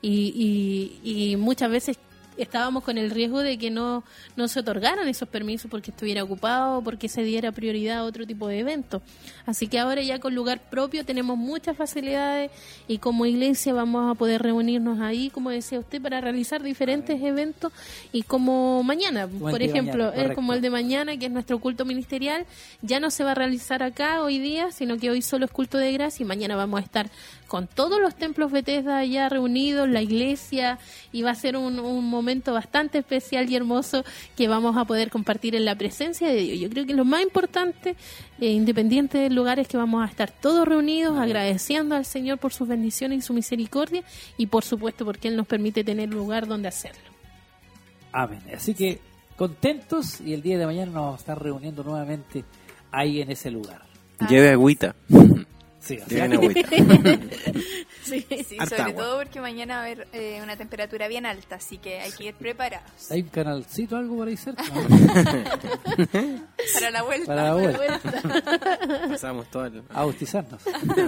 y, y, y muchas veces estábamos con el riesgo de que no, no se otorgaran esos permisos porque estuviera ocupado, porque se diera prioridad a otro tipo de eventos. Así que ahora ya con lugar propio tenemos muchas facilidades, y como iglesia vamos a poder reunirnos ahí, como decía usted, para realizar diferentes eventos, y como mañana, como por ejemplo, mañana, es como el de mañana, que es nuestro culto ministerial, ya no se va a realizar acá hoy día, sino que hoy solo es culto de gracia, y mañana vamos a estar con todos los templos Bethesda ya reunidos, la iglesia, y va a ser un, un momento bastante especial y hermoso que vamos a poder compartir en la presencia de Dios. Yo creo que lo más importante, eh, independiente del lugar, es que vamos a estar todos reunidos, Amén. Agradeciendo al Señor por sus bendiciones y su misericordia, y por supuesto porque Él nos permite tener lugar donde hacerlo. Amén. Así que contentos, y el día de mañana nos vamos a estar reuniendo nuevamente ahí en ese lugar. Lleve agüita. Sí, sí, sí sobre agua. Todo porque mañana va a haber eh, una temperatura bien alta, así que hay que ir preparados. ¿Hay un canalcito algo por ahí cerca? Para la vuelta. Para la vuelta. Pasamos todo el... a bautizarnos.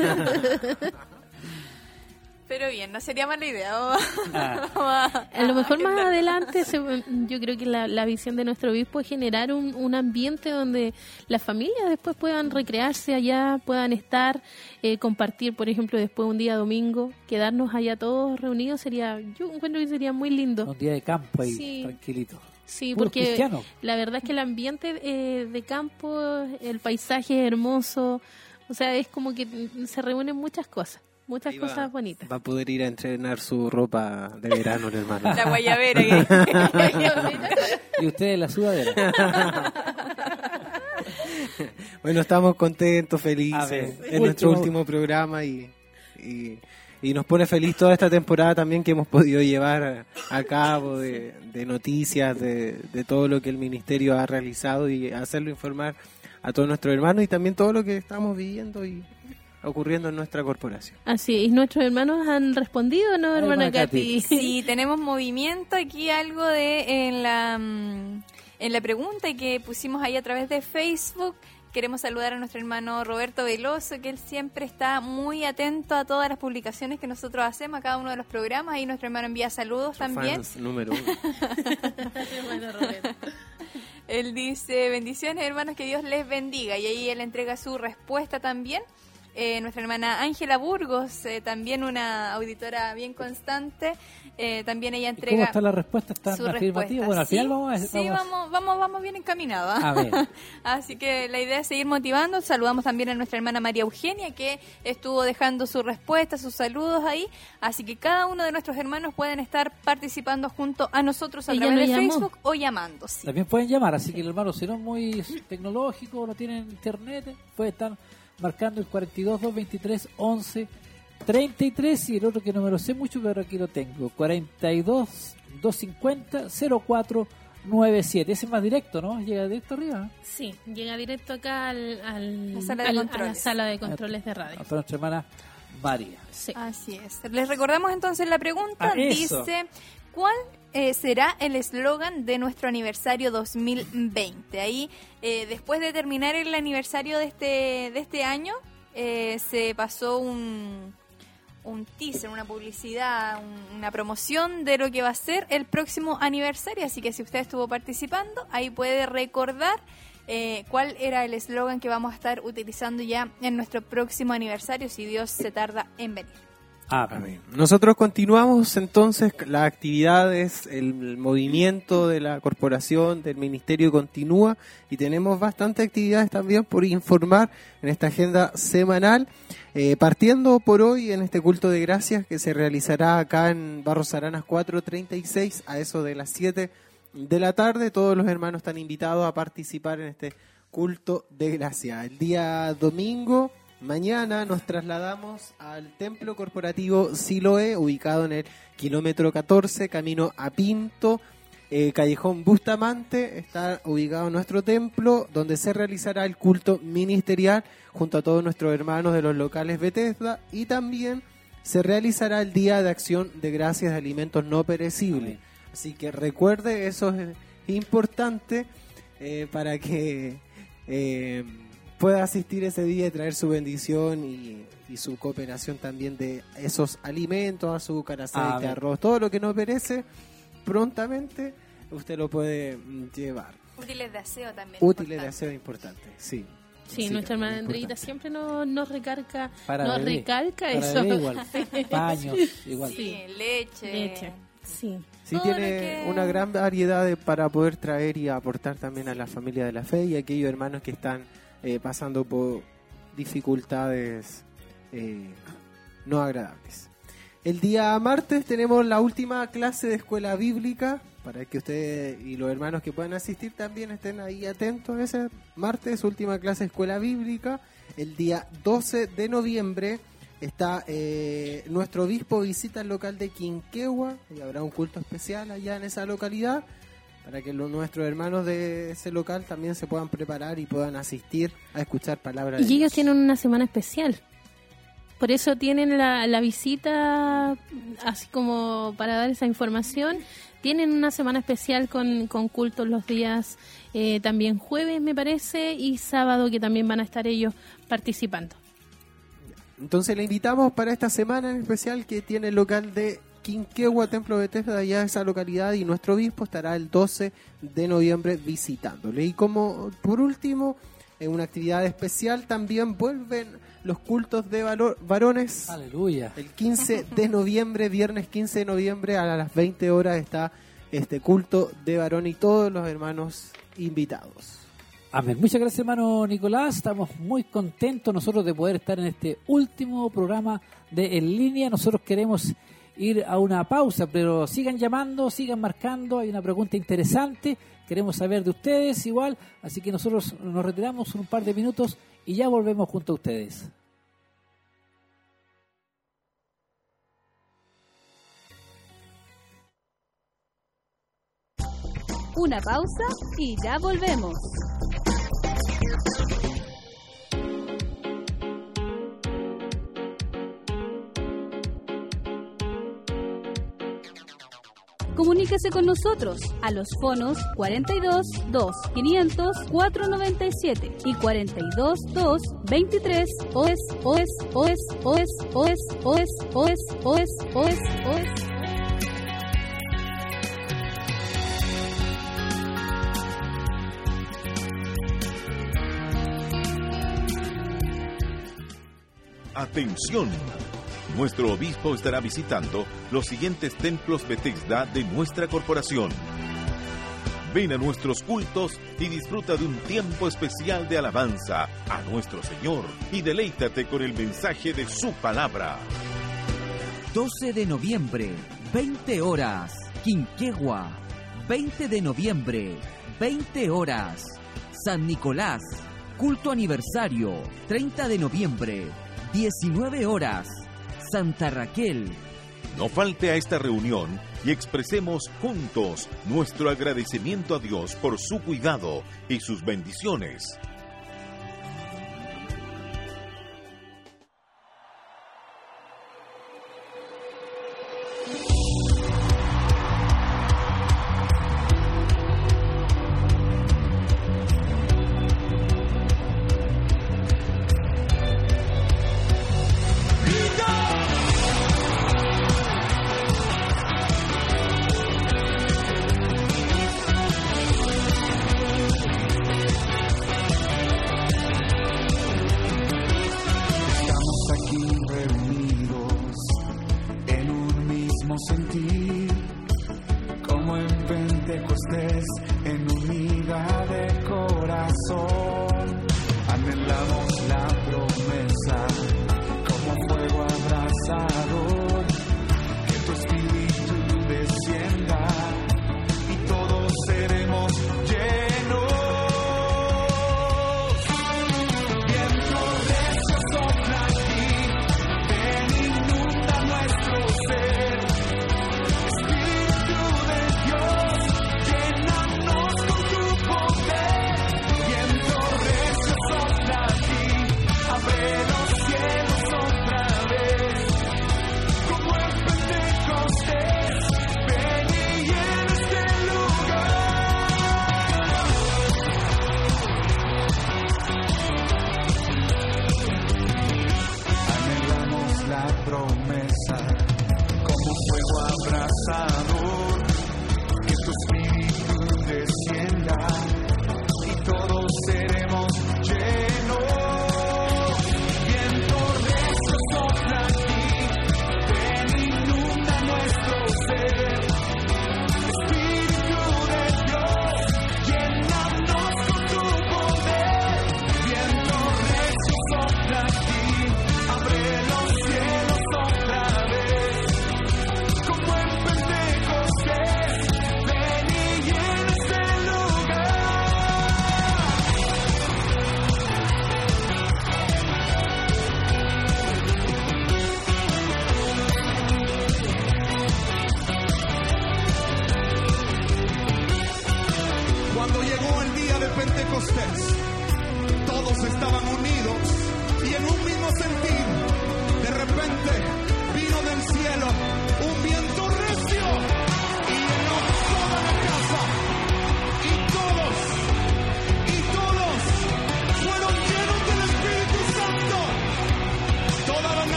Pero bien, no sería mala idea. Vamos a, ah. a lo mejor más adelante, se, yo creo que la, la visión de nuestro obispo es generar un, un ambiente donde las familias después puedan recrearse allá, puedan estar, eh, compartir, por ejemplo, después un día domingo, quedarnos allá todos reunidos, sería, yo encuentro que sería muy lindo. Un día de campo ahí, sí. tranquilito. Sí, Puro porque cristiano. La verdad es que el ambiente eh, de campo, el paisaje es hermoso, o sea, es como que se reúnen muchas cosas. muchas Ahí cosas va, bonitas. Va a poder ir a entrenar su ropa de verano, el hermano. La guayabera. Que... Y ustedes la sudadera. Bueno, estamos contentos, A felices. ver, Es último- nuestro último programa y, y, y nos pone feliz toda esta temporada también que hemos podido llevar a cabo de, de noticias, de, de todo lo que el ministerio ha realizado y hacerlo informar a todos nuestros hermanos y también todo lo que estamos viviendo y ocurriendo en nuestra corporación. Así, ¿y nuestros hermanos han respondido, no, Ay, hermana hermana Katy. Katy? Sí, tenemos movimiento aquí, algo de en la mm, en la pregunta que pusimos ahí a través de Facebook. Queremos saludar a nuestro hermano Roberto Veloso, que él siempre está muy atento a todas las publicaciones que nosotros hacemos, a cada uno de los programas. Ahí nuestro hermano envía saludos también. Fans número uno. Bueno, Roberto. Él dice, bendiciones hermanos, que Dios les bendiga. Y ahí él entrega su respuesta también. Eh, nuestra hermana Ángela Burgos, eh, también una auditora bien constante, eh, también ella ¿Y entrega ¿Cómo está la respuesta? ¿Está su afirmativa? respuesta. Bueno, al Sí, final vamos a... sí, vamos, vamos, vamos bien encaminados. A ver. Así que la idea es seguir motivando. Saludamos también a nuestra hermana María Eugenia, que estuvo dejando su respuesta, sus saludos ahí. Así que cada uno de nuestros hermanos pueden estar participando junto a nosotros a Ella través nos de llamó. Facebook o llamando. Sí. También pueden llamar, así que el hermano, si no es muy tecnológico, no tienen internet, puede estar marcando el cuarenta y dos, doscientos veintitrés, once, treinta y tres y el otro que no me lo sé mucho, pero aquí lo tengo, cuarenta y dos, doscientos cincuenta, cero cuatro noventa y siete. Ese es más directo, ¿no? Llega directo arriba. Sí, llega directo acá al, al- La sala de al- a controles. la sala de controles de radio. Para nuestra hermana María. Sí. Así es. Les recordamos entonces la pregunta. Ah, eso. Dice, ¿cuál eh, será el eslogan de nuestro aniversario dos mil veinte? Ahí, eh, después de terminar el aniversario de este, de este año, eh, se pasó un, un teaser, una publicidad, un- una promoción de lo que va a ser el próximo aniversario. Así que si usted estuvo participando, ahí puede recordar eh, cuál era el eslogan que vamos a estar utilizando ya en nuestro próximo aniversario, si Dios se tarda en venir. Amén. Nosotros continuamos entonces las actividades, el movimiento de la corporación, del ministerio continúa y tenemos bastantes actividades también por informar en esta agenda semanal, eh, partiendo por hoy en este culto de gracias que se realizará acá en Barros Aranas cuatrocientos treinta y seis a eso de las siete de la tarde. Todos los hermanos están invitados a participar en este culto de gracia. El día domingo, mañana, nos trasladamos al templo corporativo Siloé, ubicado en el kilómetro catorce, camino a Pinto, eh, callejón Bustamante. Está ubicado nuestro templo, donde se realizará el culto ministerial junto a todos nuestros hermanos de los locales Bethesda, y también se realizará el Día de Acción de Gracias de Alimentos No Perecibles. Así que recuerde, eso es importante eh, para que eh, pueda asistir ese día y traer su bendición y, y su cooperación también de esos alimentos, azúcar, aceite, Amén. arroz, todo lo que no perece, prontamente usted lo puede mm, llevar. Útiles de aseo también. Útiles de importante. aseo importante, sí. Sí, nuestra hermana Andreita siempre nos, nos recarga, Para nos bebé. recalca Para eso. bebé igual. Paños, igual. Sí, leche. Leche. Sí. Sí, Todo lo tiene que- una gran variedad de- para poder traer y aportar también a la familia de la fe y a aquellos hermanos que están eh, pasando por dificultades eh, no agradables. El día martes tenemos la última clase de escuela bíblica para que ustedes y los hermanos que puedan asistir también estén ahí atentos. Ese martes, última clase de escuela bíblica. El día doce de noviembre está eh, nuestro obispo visita el local de Quinquegua y habrá un culto especial allá en esa localidad para que los, nuestros hermanos de ese local también se puedan preparar y puedan asistir a escuchar palabras de Y ellos Dios. tienen una semana especial. Por eso tienen la, la visita, así como para dar esa información, tienen una semana especial con, con cultos los días, eh, también jueves me parece, y sábado que también van a estar ellos participando. Entonces le invitamos para esta semana en especial que tiene el local de Quinquegua, Templo Bethesda, allá de esa localidad, y nuestro obispo estará el doce de noviembre visitándole. Y como por último, en una actividad especial también vuelven los cultos de valo- varones. Aleluya. El quince de noviembre, viernes quince de noviembre a las veinte horas está este culto de varón y todos los hermanos invitados. Amén. Muchas gracias, hermano Nicolás. Estamos muy contentos nosotros de poder estar en este último programa de En Línea. Nosotros queremos ir a una pausa, pero sigan llamando, sigan marcando. Hay una pregunta interesante. Queremos saber de ustedes igual. Así que nosotros nos retiramos un par de minutos y ya volvemos junto a ustedes. Una pausa y ya volvemos. Comuníquese con nosotros a los fonos cuarenta y dos, dos, quinientos, cuatrocientos noventa y siete y cuarenta y dos, dos, veintitrés, O S, O S, O S, O S, O S, O S, O S, O S, O S, O S. Atención, nuestro obispo estará visitando los siguientes templos Bethesda de nuestra corporación. Ven a nuestros cultos y disfruta de un tiempo especial de alabanza a nuestro Señor y deleítate con el mensaje de su palabra. doce de noviembre, veinte horas, Quinquegua. veinte de noviembre, veinte horas, San Nicolás. Culto aniversario, treinta de noviembre, diecinueve horas, Santa Raquel. No falte a esta reunión y expresemos juntos nuestro agradecimiento a Dios por su cuidado y sus bendiciones.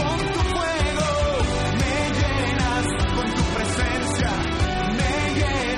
Con tu presencia me llenas.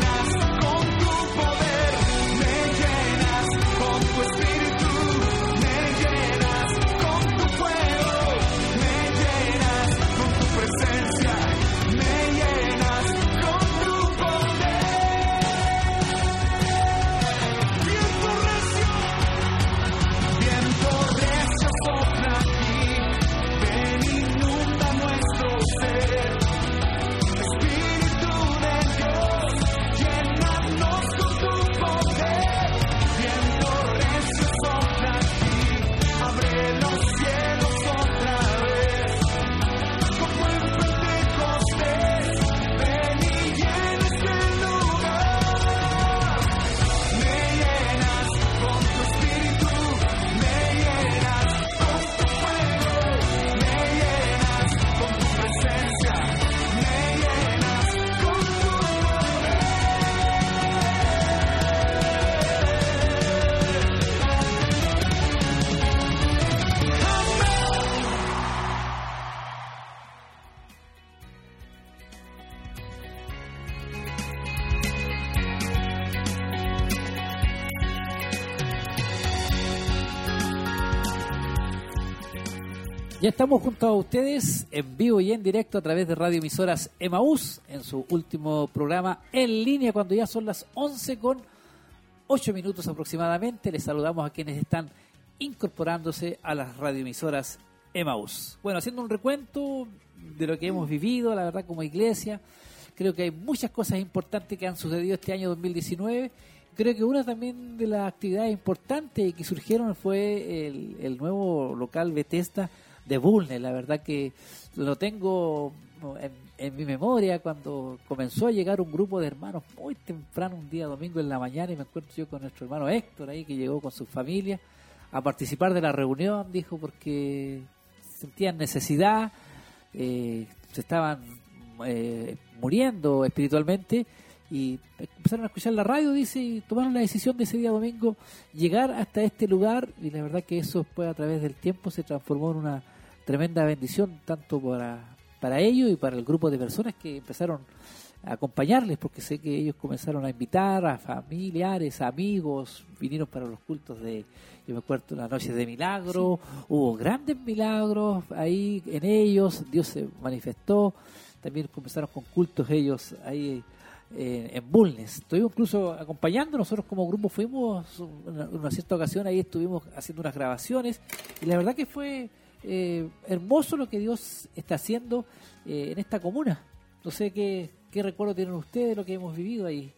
Ya estamos junto a ustedes en vivo y en directo a través de Radio Emisoras Emaús en su último programa en línea cuando ya son las once con ocho minutos aproximadamente. Les saludamos a quienes están incorporándose a las radioemisoras Emaús. Bueno, haciendo un recuento de lo que hemos vivido, la verdad, como iglesia, creo que hay muchas cosas importantes que han sucedido este año dos mil diecinueve. Creo que una también de las actividades importantes que surgieron fue el, el nuevo local Bethesda de Bulnes. La verdad que lo tengo en, en mi memoria cuando comenzó a llegar un grupo de hermanos muy temprano, un día domingo en la mañana, y me encuentro yo con nuestro hermano Héctor ahí, que llegó con su familia a participar de la reunión, dijo, porque sentían necesidad, eh, se estaban eh, muriendo espiritualmente, y empezaron a escuchar la radio, dice, y tomaron la decisión de ese día domingo llegar hasta este lugar, y la verdad que eso después a través del tiempo se transformó en una tremenda bendición, tanto para, para ellos y para el grupo de personas que empezaron a acompañarles, porque sé que ellos comenzaron a invitar a familiares, a amigos, vinieron para los cultos de, yo me acuerdo, las noches de milagro, sí. Hubo grandes milagros ahí en ellos, Dios se manifestó, también comenzaron con cultos ellos ahí eh, en Bulnes. Estuvimos incluso acompañando, nosotros como grupo fuimos en una, una cierta ocasión, ahí estuvimos haciendo unas grabaciones, y la verdad que fue eh, hermoso lo que Dios está haciendo eh, en esta comuna. No sé qué, qué recuerdo tienen ustedes de lo que hemos vivido ahí.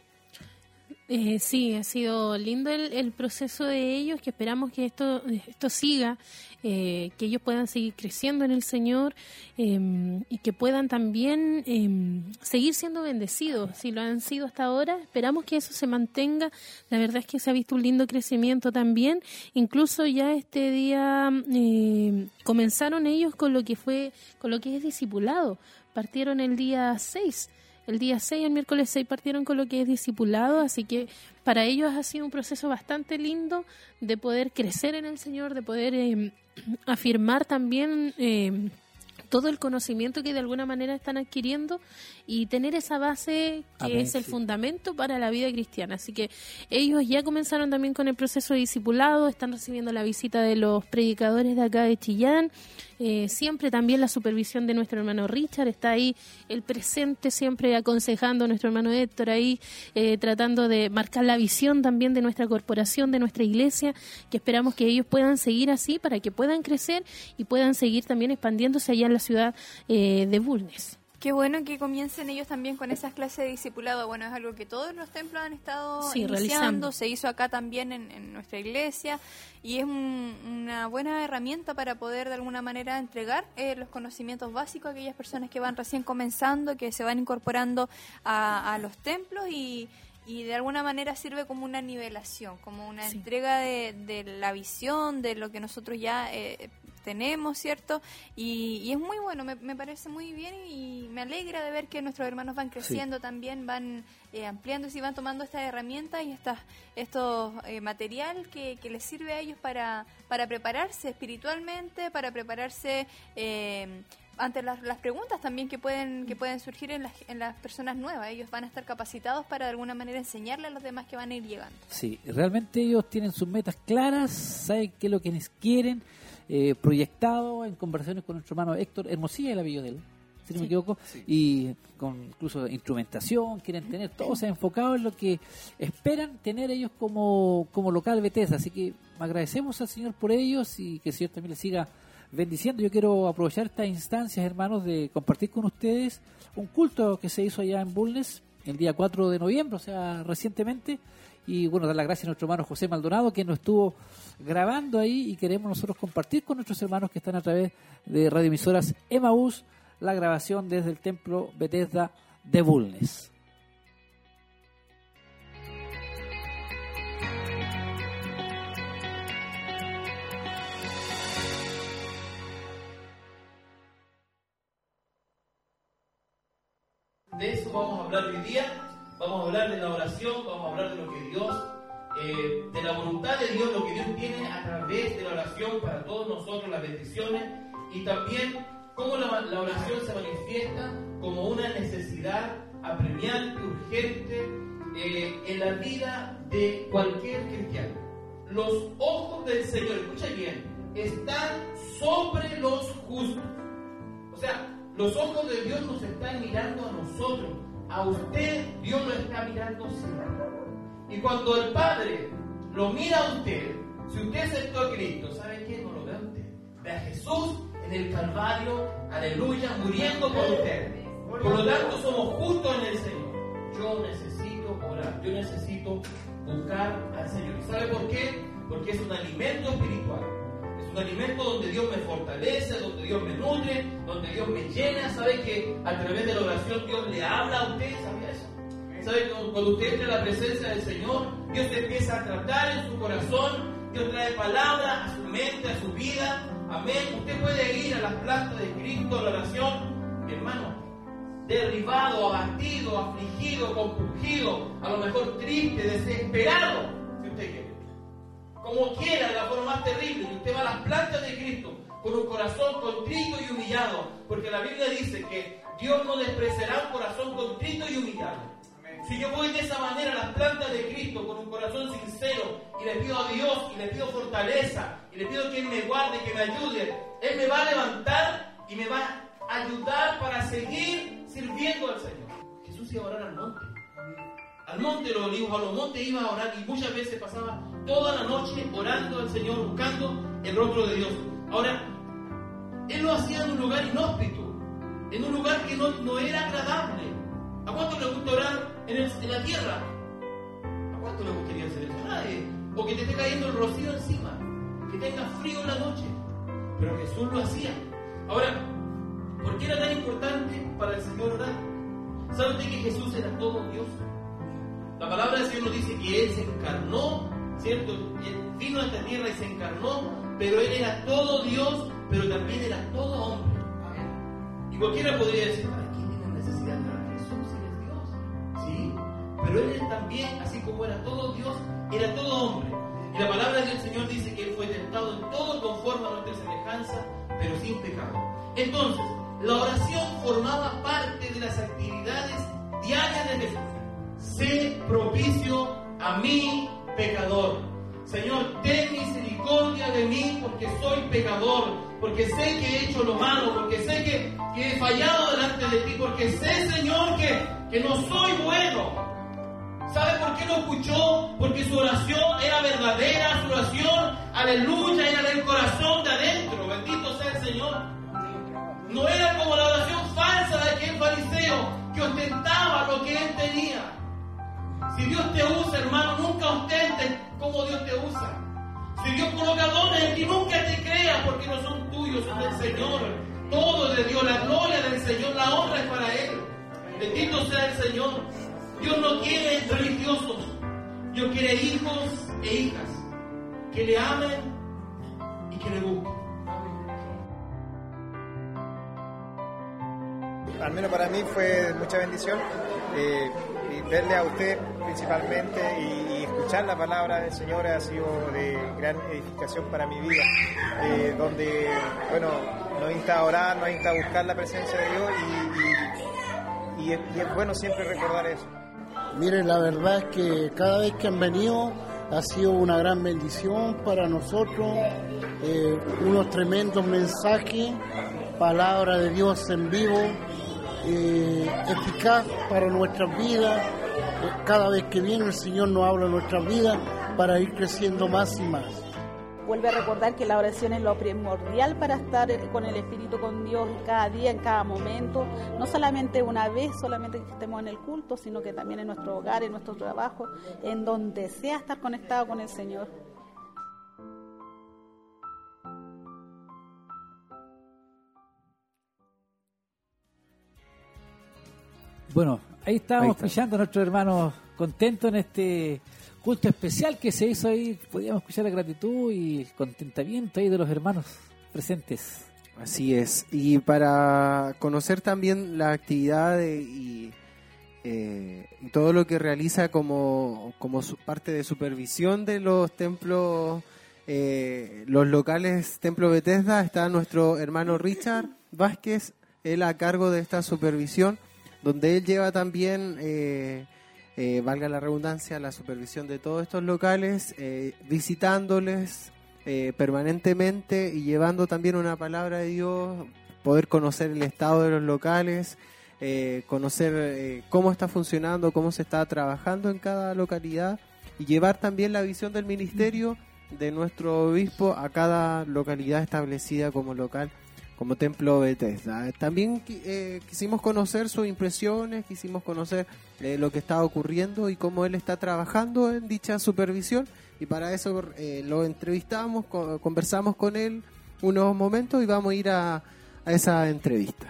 Eh, sí, ha sido lindo el, el proceso de ellos, que esperamos que esto esto siga, eh, que ellos puedan seguir creciendo en el Señor eh, y que puedan también eh, seguir siendo bendecidos. Si lo han sido hasta ahora, esperamos que eso se mantenga. La verdad es que se ha visto un lindo crecimiento también. Incluso ya este día eh, comenzaron ellos con lo que fue, con lo que es discipulado. Partieron el día seis. El día seis, el miércoles seis, partieron con lo que es discipulado, así que para ellos ha sido un proceso bastante lindo de poder crecer en el Señor, de poder eh, afirmar también eh, todo el conocimiento que de alguna manera están adquiriendo y tener esa base que Amén, es el sí. fundamento para la vida cristiana. Así que ellos ya comenzaron también con el proceso de discipulado, están recibiendo la visita de los predicadores de acá de Chillán, eh, siempre también la supervisión de nuestro hermano Richard, está ahí el presente siempre aconsejando a nuestro hermano Héctor ahí, eh, tratando de marcar la visión también de nuestra corporación, de nuestra iglesia, que esperamos que ellos puedan seguir así para que puedan crecer y puedan seguir también expandiéndose allá en la ciudad eh, de Bulnes. Qué bueno que comiencen ellos también con esas clases de discipulado. Bueno, es algo que todos los templos han estado sí, iniciando, realizando. Se hizo acá también en, en nuestra iglesia y es un, una buena herramienta para poder de alguna manera entregar eh, los conocimientos básicos a aquellas personas que van recién comenzando, que se van incorporando a, a los templos y... y de alguna manera sirve como una nivelación, como una sí. entrega de, de la visión, de lo que nosotros ya eh, tenemos, ¿cierto? Y, y es muy bueno, me, me parece muy bien y me alegra de ver que nuestros hermanos van creciendo sí. también, van eh, ampliándose y van tomando estas herramientas y estas, estos eh, material que, que les sirve a ellos para, para prepararse espiritualmente, para prepararse... Eh, ante las, las preguntas también que pueden que pueden surgir en las, en las personas nuevas. Ellos van a estar capacitados para de alguna manera enseñarle a los demás que van a ir llegando. Sí, realmente ellos tienen sus metas claras, saben qué es lo que les quieren, eh, proyectado en conversaciones con nuestro hermano Héctor Hermosilla, el apellido de él, si no sí, me equivoco, sí. y con incluso instrumentación, quieren tener, todo se ha enfocado en lo que esperan tener ellos como, como local Bethesda, así que agradecemos al Señor por ellos y que el Señor también les siga bendiciendo. Yo quiero aprovechar estas instancias, hermanos, de compartir con ustedes un culto que se hizo allá en Bulnes el día cuatro de noviembre, o sea, recientemente, y bueno, dar las gracias a nuestro hermano José Maldonado, que nos estuvo grabando ahí, y queremos nosotros compartir con nuestros hermanos que están a través de radioemisoras Emaús la grabación desde el templo Bethesda de Bulnes. De eso vamos a hablar hoy día, vamos a hablar de la oración, vamos a hablar de lo que Dios, eh, de la voluntad de Dios, lo que Dios tiene a través de la oración para todos nosotros, las bendiciones, y también cómo la, la oración se manifiesta como una necesidad apremiante, urgente, eh, en la vida de cualquier cristiano. Los ojos del Señor, escucha bien, están sobre los justos. O sea, los ojos de Dios nos están mirando a nosotros. A usted, Dios lo está mirando siempre. Y cuando el Padre lo mira a usted, si usted aceptó a Cristo, ¿sabe qué? No lo ve a usted. Ve a Jesús en el Calvario, aleluya, muriendo por usted. Por lo tanto, somos justos en el Señor. Yo necesito orar, yo necesito buscar al Señor. ¿Y sabe por qué? Porque es un alimento espiritual. Es un alimento donde Dios me fortalece, donde Dios me nutre, donde Dios me llena. ¿Sabe que a través de la oración Dios le habla a usted? ¿Sabía eso? ¿Sabe que cuando usted entra en la presencia del Señor, Dios te empieza a tratar en su corazón? Dios trae palabra a su mente, a su vida. Amén. Usted puede ir a las plantas de Cristo, a la oración, mi hermano, derribado, abatido, afligido, compungido, a lo mejor triste, desesperado, si usted quiere. Como quiera, de la forma más terrible, y usted va a las plantas de Cristo con un corazón contrito y humillado, porque la Biblia dice que Dios no despreciará un corazón contrito y humillado. Si yo voy de esa manera a las plantas de Cristo con un corazón sincero y le pido a Dios y le pido fortaleza y le pido que Él me guarde, que me ayude, Él me va a levantar y me va a ayudar para seguir sirviendo al Señor. Jesús iba a orar al monte. Al monte de los olivos, a los montes iba a orar y muchas veces pasaba toda la noche orando al Señor, buscando el rostro de Dios. Ahora, Él lo hacía en un lugar inhóspito, en un lugar que no, no era agradable. ¿A cuánto le gusta orar en, el, en la tierra? ¿A cuánto le gustaría hacer eso? Nadie. O que te esté cayendo el rocío encima, que tenga frío en la noche. Pero Jesús lo hacía. Ahora, ¿por qué era tan importante para el Señor orar? ¿Sabe usted que Jesús era todo Dios? La palabra del Señor nos dice que Él se encarnó, ¿cierto? Él vino a esta tierra y se encarnó, pero Él era todo Dios, pero también era todo hombre. Y cualquiera podría decir, ¿para quién tiene necesidad de orar? Jesús es Dios. Sí, pero Él también, así como era todo Dios, era todo hombre. Y la palabra del Señor dice que Él fue tentado en todo conforme a nuestra semejanza, pero sin pecado. Entonces, la oración formaba parte de las actividades diarias de Jesús. Sé propicio a mí, pecador. Señor, ten misericordia de mí porque soy pecador, porque sé que he hecho lo malo, porque sé que, que he fallado delante de ti, porque sé, Señor, que, que no soy bueno. ¿Sabe por qué lo escuchó? Porque su oración era verdadera, su oración, aleluya, era del corazón de adentro. Bendito sea el Señor. No era como la oración falsa de aquel fariseo que ostentaba lo que él tenía. Si Dios te usa, hermano, nunca ostentes como Dios te usa. Si Dios coloca dones en ti, nunca te creas porque no son tuyos, son del Señor. Todo es de Dios, la gloria del Señor, la honra es para Él. Bendito sea el Señor. Dios no quiere religiosos, Dios quiere hijos e hijas que le amen y que le busquen. Al menos para mí fue mucha bendición eh, y verle a usted principalmente y, y escuchar la palabra del Señor ha sido de gran edificación para mi vida, eh, donde, bueno, nos insta a orar, nos insta a buscar la presencia de Dios y, y, y, es, y es bueno siempre recordar eso. Miren, la verdad es que cada vez que han venido ha sido una gran bendición para nosotros, eh, unos tremendos mensajes, palabra de Dios en vivo, eh, eficaz para nuestras vidas. Eh, cada vez que viene el Señor nos habla de nuestras vidas para ir creciendo más y más. Vuelve a recordar que la oración es lo primordial para estar con el Espíritu, con Dios cada día, en cada momento, no solamente una vez, solamente que estemos en el culto, sino que también en nuestro hogar, en nuestro trabajo, en donde sea estar conectado con el Señor. Bueno, ahí estábamos Ahí está. escuchando a nuestros hermanos contentos en este culto especial que se hizo ahí. Podíamos escuchar la gratitud y el contentamiento ahí de los hermanos presentes. Así es. Y para conocer también la actividad de, y, eh, y todo lo que realiza como, como su parte de supervisión de los templos, eh, los locales Templo Bethesda, está nuestro hermano Richard Vázquez, él a cargo de esta supervisión, donde él lleva también, eh, eh, valga la redundancia, la supervisión de todos estos locales, eh, visitándoles, eh, permanentemente y llevando también una palabra de Dios, poder conocer el estado de los locales, eh, conocer eh, cómo está funcionando, cómo se está trabajando en cada localidad y llevar también la visión del ministerio de nuestro obispo a cada localidad establecida como local, como Templo Bethesda. También eh, quisimos conocer sus impresiones, quisimos conocer eh, lo que está ocurriendo y cómo él está trabajando en dicha supervisión, y para eso eh, lo entrevistamos, co- conversamos con él unos momentos y vamos a ir a, a esa entrevista.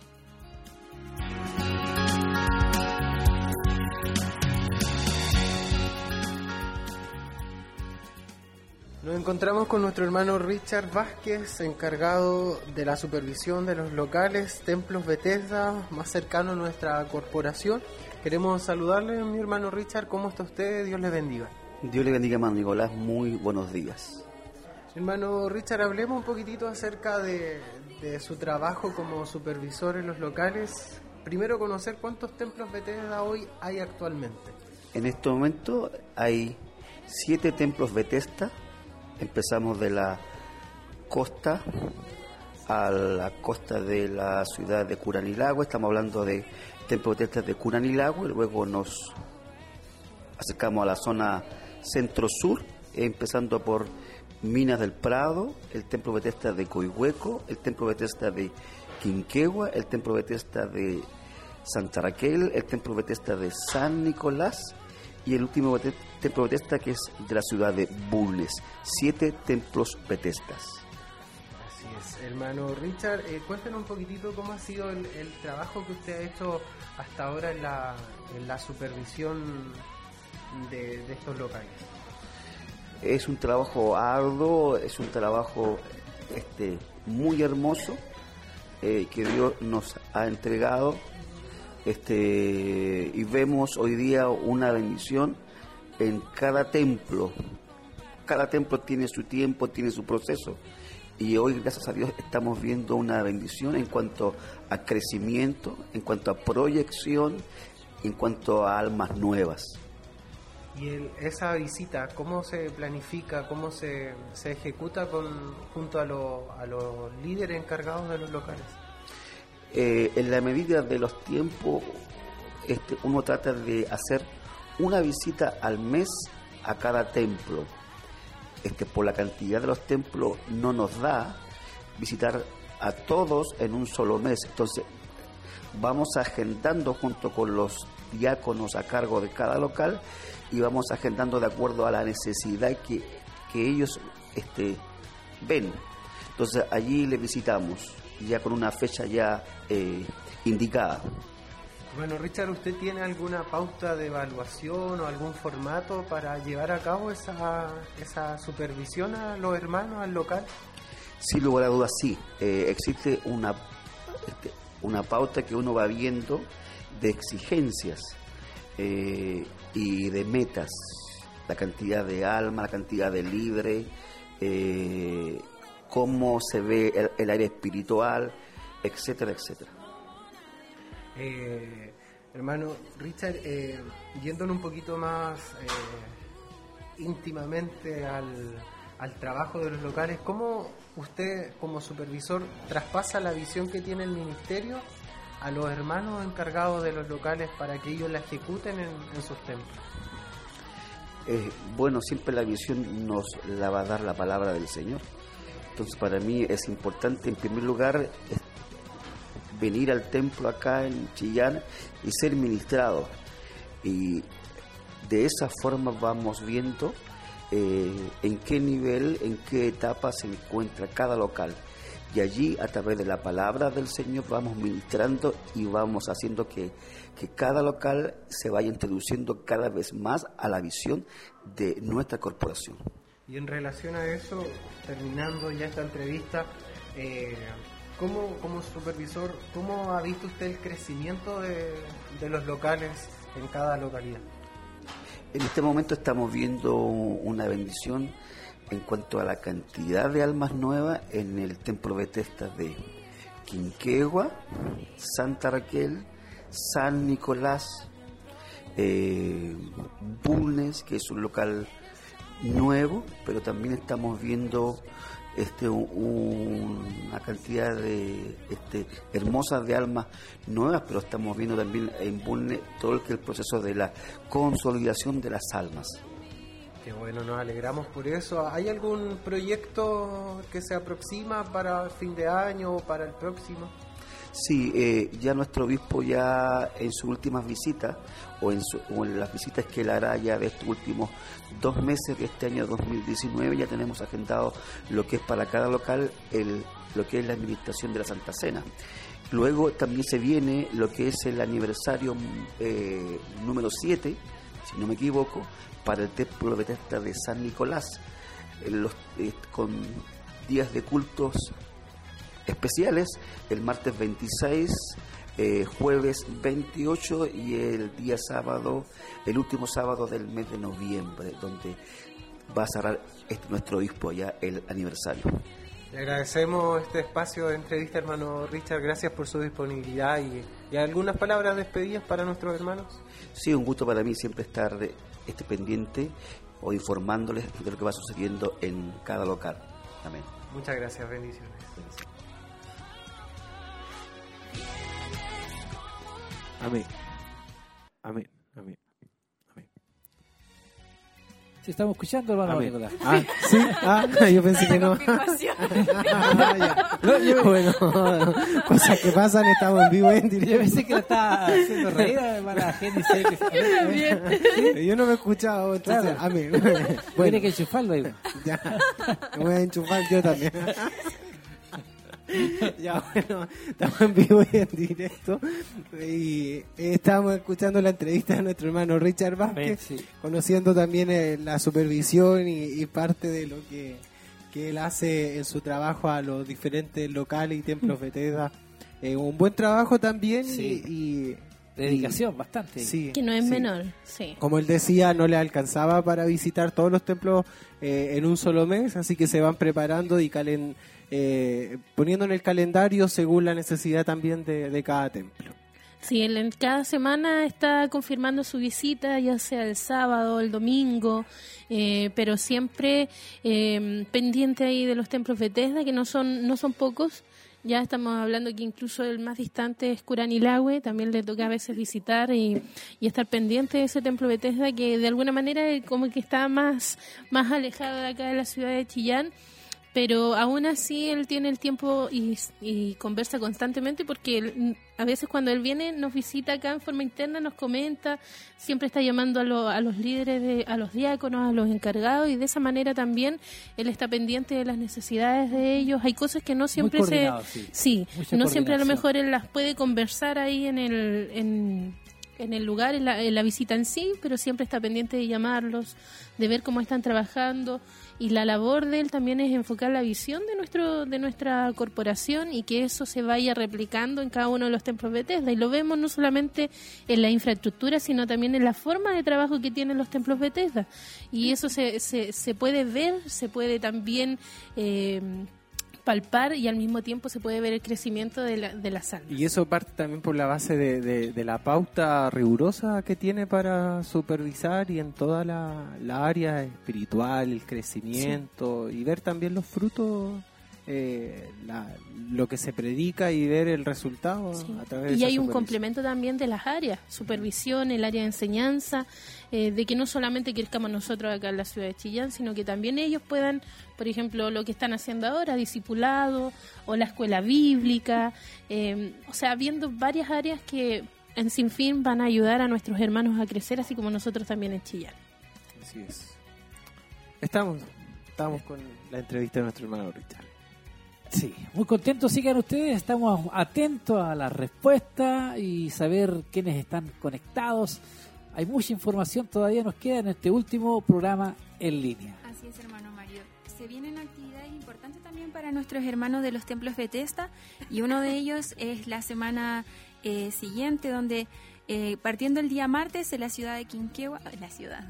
Nos encontramos con nuestro hermano Richard Vázquez, encargado de la supervisión de los locales Templos Bethesda, más cercano a nuestra corporación. Queremos saludarle, mi hermano Richard. ¿Cómo está usted? Dios le bendiga. Dios le bendiga, hermano Nicolás. Muy buenos días. Hermano Richard, hablemos un poquitito acerca de, de su trabajo como supervisor en los locales. Primero, conocer cuántos Templos Bethesda hoy hay actualmente. En este momento hay siete Templos Bethesda. Empezamos de la costa a la costa de la ciudad de Curanilagua. Estamos hablando de Templo Bethesda de Curanilagua, y luego nos acercamos a la zona centro-sur, empezando por Minas del Prado, el Templo Bethesda de Coihueco, el Templo Bethesda de Quinquegua, el Templo Bethesda de Santa Raquel, el Templo Bethesda de San Nicolás y el último Templo Bethesda, que es de la ciudad de Bulnes. Siete templos Bethesdas. Así es, hermano Richard, eh, cuéntenos un poquitito cómo ha sido el, el trabajo que usted ha hecho hasta ahora en la, en la supervisión de, de estos locales. Es un trabajo arduo, es un trabajo este, muy hermoso eh, que Dios nos ha entregado. Este, y vemos hoy día una bendición en cada templo. Cada templo tiene su tiempo, tiene su proceso, y hoy, gracias a Dios, estamos viendo una bendición en cuanto a crecimiento, en cuanto a proyección, en cuanto a almas nuevas. Y el, esa visita, ¿cómo se planifica, cómo se, se ejecuta con, junto a, lo, a los líderes encargados de los locales? Eh, en la medida de los tiempos, este, uno trata de hacer una visita al mes a cada templo. Este, por la cantidad de los templos no nos da visitar a todos en un solo mes. Entonces vamos agendando junto con los diáconos a cargo de cada local, y vamos agendando de acuerdo a la necesidad que, que ellos este, ven. Entonces allí le visitamos ya con una fecha ya eh, indicada. Bueno, Richard, ¿usted tiene alguna pauta de evaluación o algún formato para llevar a cabo esa, esa supervisión a los hermanos, al local? Sin lugar a dudas, sí. Eh, existe una, este, una pauta que uno va viendo de exigencias eh, y de metas. La cantidad de alma, la cantidad de libre, eh, cómo se ve el, el área espiritual, etcétera, etcétera. Eh, hermano Richard, eh, yéndonos un poquito más eh, íntimamente al, al trabajo de los locales, ¿cómo usted como supervisor traspasa la visión que tiene el ministerio a los hermanos encargados de los locales para que ellos la ejecuten en, en sus templos? Eh, bueno, siempre la visión nos la va a dar la palabra del Señor. Entonces para mí es importante, en primer lugar, venir al templo acá en Chillán y ser ministrado, y de esa forma vamos viendo eh, en qué nivel, en qué etapa se encuentra cada local, y allí a través de la palabra del Señor vamos ministrando y vamos haciendo que, que cada local se vaya introduciendo cada vez más a la visión de nuestra corporación. Y en relación a eso, terminando ya esta entrevista, eh, ¿cómo, como supervisor, cómo ha visto usted el crecimiento de, de los locales en cada localidad? En este momento estamos viendo una bendición en cuanto a la cantidad de almas nuevas en el Templo Bethesda de Quinquegua, Santa Raquel, San Nicolás, eh, Bulnes, que es un local nuevo, pero también estamos viendo este un, una cantidad de este, hermosas de almas nuevas, pero estamos viendo también en Bulnes todo el, que el proceso de la consolidación de las almas. Qué bueno, nos alegramos por eso. ¿Hay algún proyecto que se aproxima para fin de año o para el próximo? Sí, eh, ya nuestro obispo ya en sus últimas visitas o en, su, o en las visitas que él hará ya de estos últimos dos meses de este año dos mil diecinueve, ya tenemos agendado lo que es para cada local el, lo que es la administración de la Santa Cena. Luego también se viene lo que es el aniversario eh, número siete, si no me equivoco, para el Templo Betesda de San Nicolás, eh, los, eh, con días de cultos especiales, el martes veintiséis, eh, jueves veintiocho y el día sábado, el último sábado del mes de noviembre, donde va a cerrar este, nuestro obispo ya el aniversario. Le agradecemos este espacio de entrevista, hermano Richard, gracias por su disponibilidad y, y algunas palabras despedidas para nuestros hermanos. Sí, un gusto para mí siempre estar este, pendiente o informándoles de lo que va sucediendo en cada local. Amén. Muchas gracias, bendiciones. Amén. Amén. Amén. Amén. Sí, estamos escuchando, hermano Nicolás. Ah, sí. Ah, yo pensé que no. ah, ya. No, yo, bueno, cosas que pasan, estamos en vivo en directo. Yo pensé que la estaba haciendo reír, hermana Jenny. Yo también. Yo no me he escuchado, entonces, claro. Amén. Bueno. Tiene que enchufarlo ahí. Ya. Me voy a enchufar yo también. Ya, bueno, estamos en vivo y en directo y estamos escuchando la entrevista de nuestro hermano Richard Vázquez, sí. Conociendo también eh, la supervisión y, y parte de lo que, que él hace en su trabajo a los diferentes locales y templos Betesda. Eh, un buen trabajo también, sí. y, y dedicación y, bastante. Sí, que no es sí. menor, sí. Como él decía, no le alcanzaba para visitar todos los templos eh, en un solo mes, así que se van preparando y calen Eh, poniendo en el calendario según la necesidad también de, de cada templo. Sí, él en cada semana está confirmando su visita, ya sea el sábado, el domingo, eh, pero siempre eh, pendiente ahí de los templos Betesda, que no son no son pocos. Ya estamos hablando que incluso el más distante es Curanilahue, también le toca a veces visitar y, y estar pendiente de ese templo Betesda, que de alguna manera como que está más, más alejado de acá de la ciudad de Chillán. Pero aún así él tiene el tiempo y, y conversa constantemente porque él, a veces cuando él viene nos visita acá en forma interna, nos comenta, siempre está llamando a, lo, a los líderes, de, a los diáconos, a los encargados y de esa manera también él está pendiente de las necesidades de ellos. Hay cosas que no siempre se... Sí, sí no siempre a lo mejor él las puede conversar ahí en el... En, en el lugar, en la, en la visita en sí, pero siempre está pendiente de llamarlos, de ver cómo están trabajando, y la labor de él también es enfocar la visión de nuestro de nuestra corporación y que eso se vaya replicando en cada uno de los templos Betesda, y lo vemos no solamente en la infraestructura, sino también en la forma de trabajo que tienen los templos Betesda, y eso se, se, se puede ver, se puede también eh, palpar, y al mismo tiempo se puede ver el crecimiento de la, de las almas. Y eso parte también por la base de, de, de la pauta rigurosa que tiene para supervisar y en toda la, la área espiritual, el crecimiento, sí. Y ver también los frutos, eh, la, lo que se predica y ver el resultado, sí. A través de y esa hay un complemento también de las áreas, supervisión, el área de enseñanza, eh, de que no solamente crezcamos nosotros acá en la ciudad de Chillán, sino que también ellos puedan, por ejemplo, lo que están haciendo ahora, discipulado o la escuela bíblica, eh, o sea, viendo varias áreas que en Sinfín van a ayudar a nuestros hermanos a crecer, así como nosotros también en Chillán. Así es. Estamos, estamos con la entrevista de nuestro hermano Richard. Sí, muy contentos, sigan ustedes, estamos atentos a la respuesta y saber quiénes están conectados. Hay mucha información todavía nos queda en este último programa en línea. Así es, hermano Mario. Se vienen actividades importantes también para nuestros hermanos de los templos Betesda, y uno de ellos es la semana eh, siguiente, donde eh, partiendo el día martes en la ciudad de Quinquegua, la ciudad,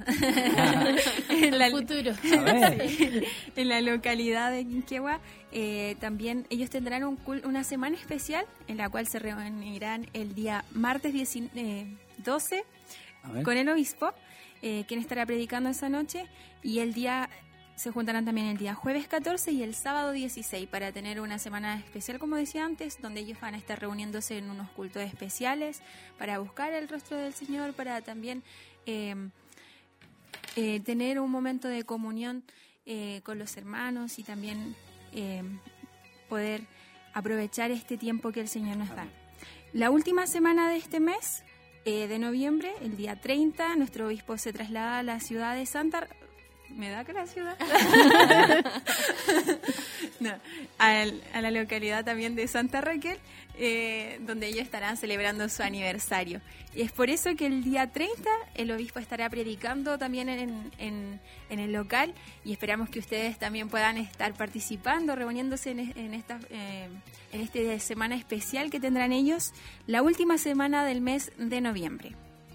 en la, futuro, sí, en la localidad de Quinquegua, eh, también ellos tendrán un, una semana especial en la cual se reunirán el día martes doce con el obispo. eh, quién estará predicando esa noche, y el día se juntarán también el día jueves catorce y el sábado dieciséis para tener una semana especial, como decía antes, donde ellos van a estar reuniéndose en unos cultos especiales para buscar el rostro del Señor, para también eh, eh, tener un momento de comunión eh, con los hermanos y también eh, poder aprovechar este tiempo que el Señor nos da. La última semana de este mes eh, de noviembre, el día treinta, nuestro obispo se traslada a la ciudad de Santa... ¿Me da que la ciudad? no, a, a la localidad también de Santa Raquel, eh, donde ellos estarán celebrando su aniversario. Y es por eso que el día treinta el obispo estará predicando también en, en, en el local, y esperamos que ustedes también puedan estar participando, reuniéndose en, en esta eh, en esta semana especial que tendrán ellos, la última semana del mes de noviembre.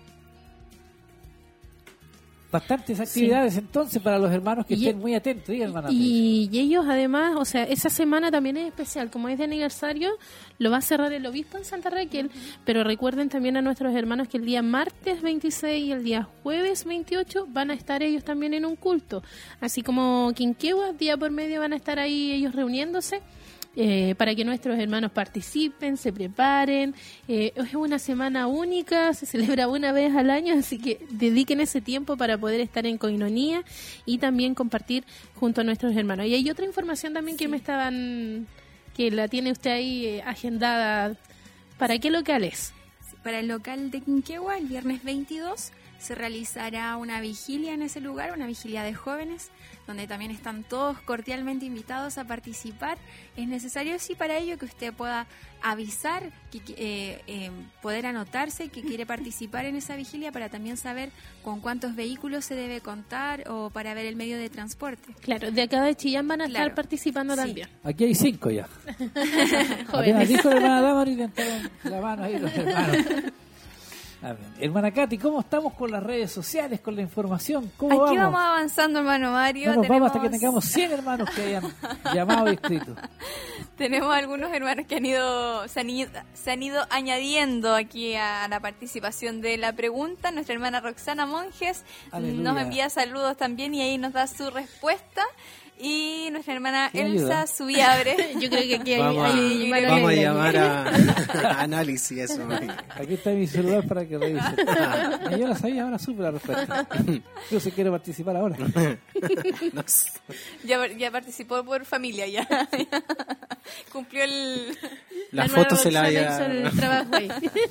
Bastantes actividades, sí, entonces para los hermanos que y estén muy atentos. ¿Sí, hermana? Y, y ellos además, o sea, esa semana también es especial, como es de aniversario, lo va a cerrar el obispo en Santa Raquel, uh-huh. pero recuerden también a nuestros hermanos que el día martes veintiséis y el día jueves veintiocho van a estar ellos también en un culto, así como Quinquegua, día por medio van a estar ahí ellos reuniéndose. Eh, para que nuestros hermanos participen, se preparen. Eh, es una semana única, se celebra una vez al año, así que dediquen ese tiempo para poder estar en coinonía y también compartir junto a nuestros hermanos. Y hay otra información también sí. que me estaban, que la tiene usted ahí eh, agendada. ¿Para qué locales? Para el local de Quinquegua, el viernes veintidós se realizará una vigilia en ese lugar, una vigilia de jóvenes, donde también están todos cordialmente invitados a participar. Es necesario, sí, para ello que usted pueda avisar, que eh, eh, poder anotarse, que quiere participar en esa vigilia, para también saber con cuántos vehículos se debe contar o para ver el medio de transporte. Claro, de acá de Chillán van a claro. estar participando sí. también. Aquí hay cinco ya. Apenas dijo la hermana Damaris, levantaron la mano ahí los hermanos. A ver, hermana Katy, ¿cómo estamos con las redes sociales, con la información? ¿Cómo Aquí vamos? vamos avanzando, hermano Mario. No nos tenemos... vamos hasta que tengamos cien hermanos que hayan llamado y escrito. Tenemos algunos hermanos que han ido se, han ido, se han ido añadiendo aquí a la participación de la pregunta. Nuestra hermana Roxana Monjes Aleluya. Nos envía saludos también y ahí nos da su respuesta. Y nuestra hermana Elsa Subiabre. Yo creo que aquí hay... Vamos, hay, hay, vamos a llamar a, a análisis eso. Aquí está mi celular para que revise. Ah, yo la sabía, ahora supe la respuesta. Yo sí quiero participar ahora. No sé. ya, ya participó por familia, ya. Cumplió el... La, la foto se la hizo el trabajo ahí.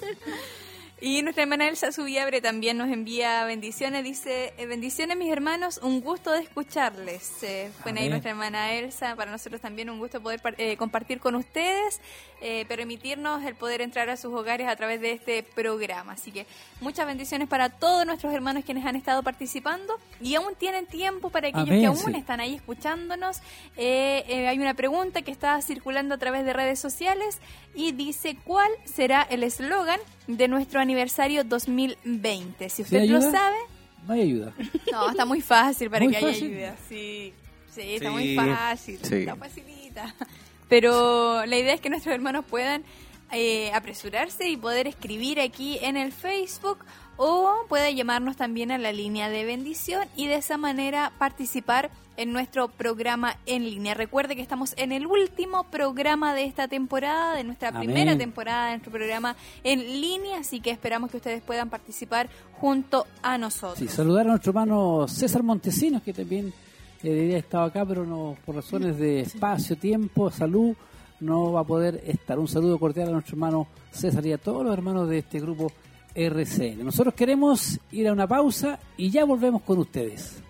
Y nuestra hermana Elsa Subiabre también nos envía bendiciones, dice, bendiciones mis hermanos, un gusto de escucharles. Eh, bueno, ahí nuestra hermana Elsa, para nosotros también un gusto poder eh, compartir con ustedes, eh, permitirnos el poder entrar a sus hogares a través de este programa. Así que muchas bendiciones para todos nuestros hermanos quienes han estado participando y aún tienen tiempo para aquellos Amén, que aún sí. están ahí escuchándonos. Eh, eh, hay una pregunta que está circulando a través de redes sociales y dice, ¿cuál será el eslogan de nuestro aniversario dos mil veinte? Si usted lo sabe... No hay ayuda. No, está muy fácil para muy que fácil. haya ayuda. Sí, sí, está sí. muy fácil. Sí. Está facilita. Pero la idea es que nuestros hermanos puedan eh, apresurarse y poder escribir aquí en el Facebook o pueda llamarnos también a la línea de bendición y de esa manera participar en nuestro programa en línea. Recuerde que estamos en el último programa de esta temporada, de nuestra Amén. primera temporada de nuestro programa en línea, así que esperamos que ustedes puedan participar junto a nosotros. Sí, saludar a nuestro hermano César Montesinos, que también eh, debería haber estado acá, pero no, por razones de espacio, tiempo, salud, no va a poder estar. Un saludo cordial a nuestro hermano César y a todos los hermanos de este grupo R C N. Nosotros queremos ir a una pausa y ya volvemos con ustedes.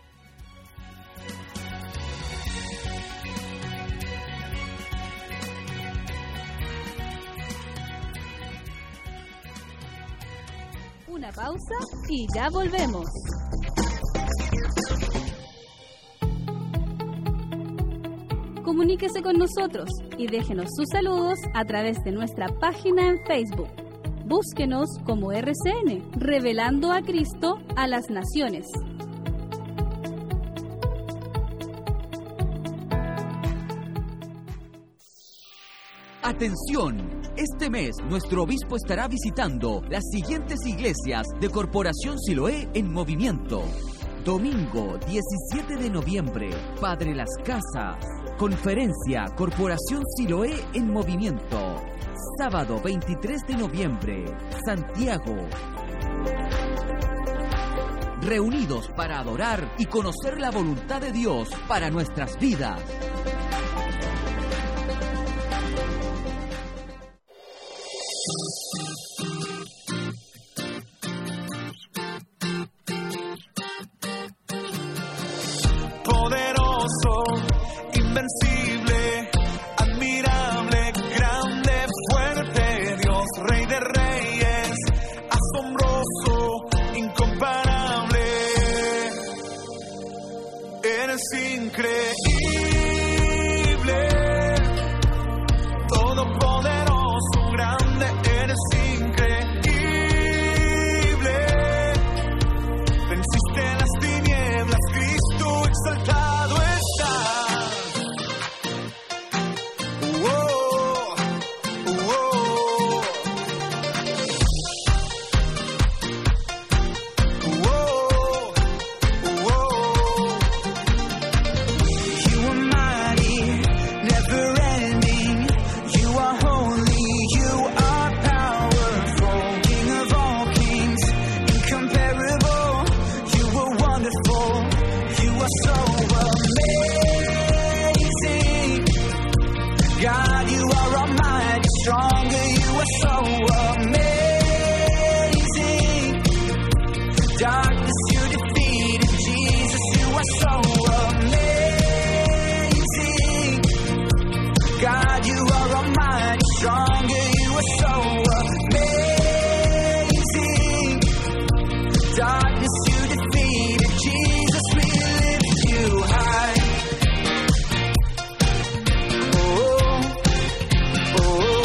Una pausa y ya volvemos. Comuníquese con nosotros y déjenos sus saludos a través de nuestra página en Facebook. Búsquenos como R C N, revelando a Cristo a las naciones. Atención, Este mes, nuestro obispo estará visitando las siguientes iglesias de Corporación Siloé en movimiento. Domingo diecisiete de noviembre, Padre Las Casas. Conferencia Corporación Siloé en movimiento. Sábado veintitrés de noviembre, Santiago. Reunidos para adorar y conocer la voluntad de Dios para nuestras vidas. Poderoso, invencible, admirable, grande, fuerte, Dios, Rey de Reyes, asombroso, incomparable. Eres increíble, todopoderoso, grande, eres increíble. Venciste las tinieblas, Cristo exaltado está. Oh, oh, oh, oh. You are mighty, never ending. You are holy, you are powerful. King of all kings, incomparable. You are wonderful, you are so amazing. God, you are almighty, stronger, you are so amazing. Darkness you defeated, Jesus, you are so amazing. God, you are almighty, stronger, you are so amazing. Darkness you defeated, Jesus, we lift you high. Oh, oh,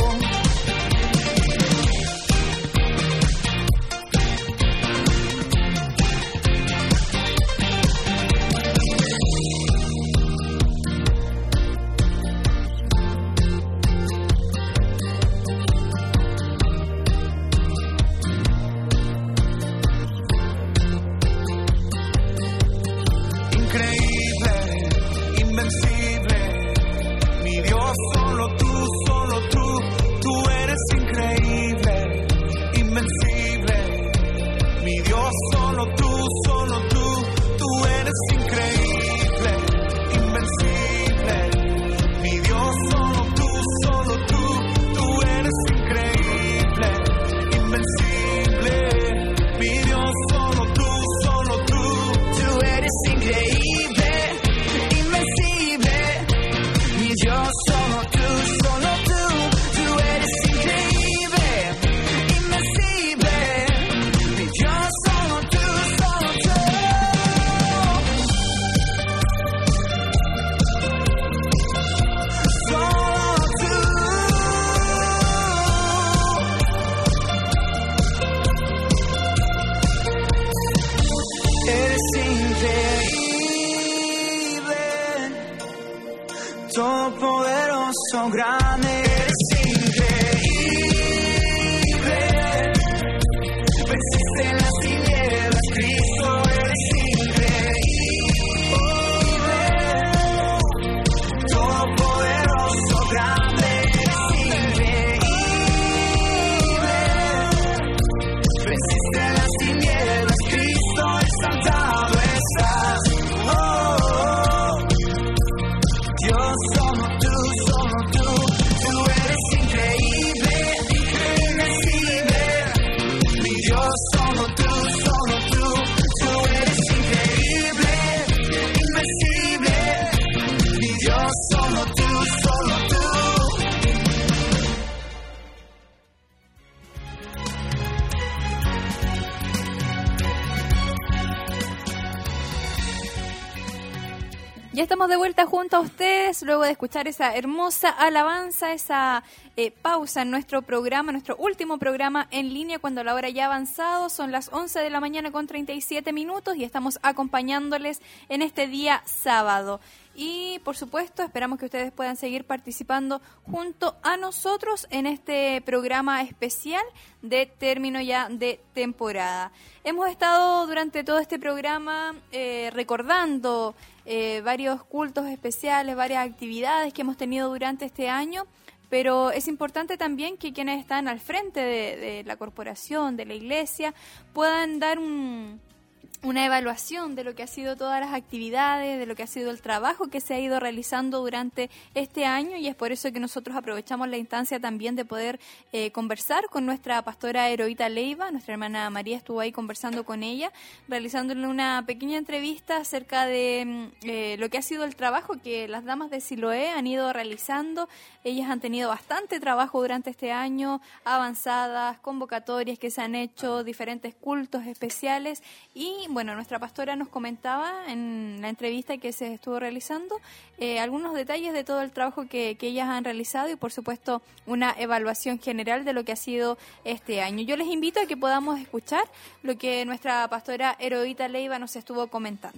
increíble, invencible, mi Dios, solo tú, solo tú, tú eres increíble, invencible, mi Dios, solo tú, solo tú, tú eres increíble, invencible, mi Dios, solo tú, solo tú, tú eres increíble, invencible, mi Dios, solo tú, solo tú, tú eres increíble, invencible, mi Dios, solo tú, solo tú, tú eres increíble, invencible, mi Dios, solo tú, solo tú. Solo tú. Eres increíble, todopoderoso, grande, eres increíble. Venciste las tinieblas, Cristo, eres increíble. Todopoderoso, grande, eres increíble. Venciste las tinieblas, Cristo, exaltado estás. Oh, oh, oh. Dios, solo tú, solo tú, tú eres increíble, invencible. Mi Dios, solo tú, solo tú, tú eres increíble, invencible. Mi Dios, solo tú, solo tú. Ya estamos de vuelta junto a ustedes luego de escuchar esa hermosa alabanza, esa eh, pausa en nuestro programa, nuestro último programa en línea cuando la hora ya ha avanzado. Son las once de la mañana con treinta y siete minutos y estamos acompañándoles en este día sábado. y por supuesto esperamos que ustedes puedan seguir participando junto a nosotros en este programa especial de término ya de temporada. Hemos estado durante todo este programa eh, recordando eh, varios cultos especiales, varias actividades que hemos tenido durante este año, pero es importante también que quienes están al frente de, de la corporación, de la iglesia, puedan dar un... una evaluación de lo que ha sido todas las actividades, de lo que ha sido el trabajo que se ha ido realizando durante este año, y es por eso que nosotros aprovechamos la instancia también de poder eh, conversar con nuestra pastora Heroíta Leiva. Nuestra hermana María estuvo ahí conversando con ella, realizándole una pequeña entrevista acerca de eh, lo que ha sido el trabajo que las damas de Siloé han ido realizando. Ellas han tenido bastante trabajo durante este año, avanzadas, convocatorias que se han hecho, diferentes cultos especiales, y bueno, nuestra pastora nos comentaba en la entrevista que se estuvo realizando eh, algunos detalles de todo el trabajo que, que ellas han realizado, y por supuesto una evaluación general de lo que ha sido este año. Yo les invito a que podamos escuchar lo que nuestra pastora Heroíta Leiva nos estuvo comentando.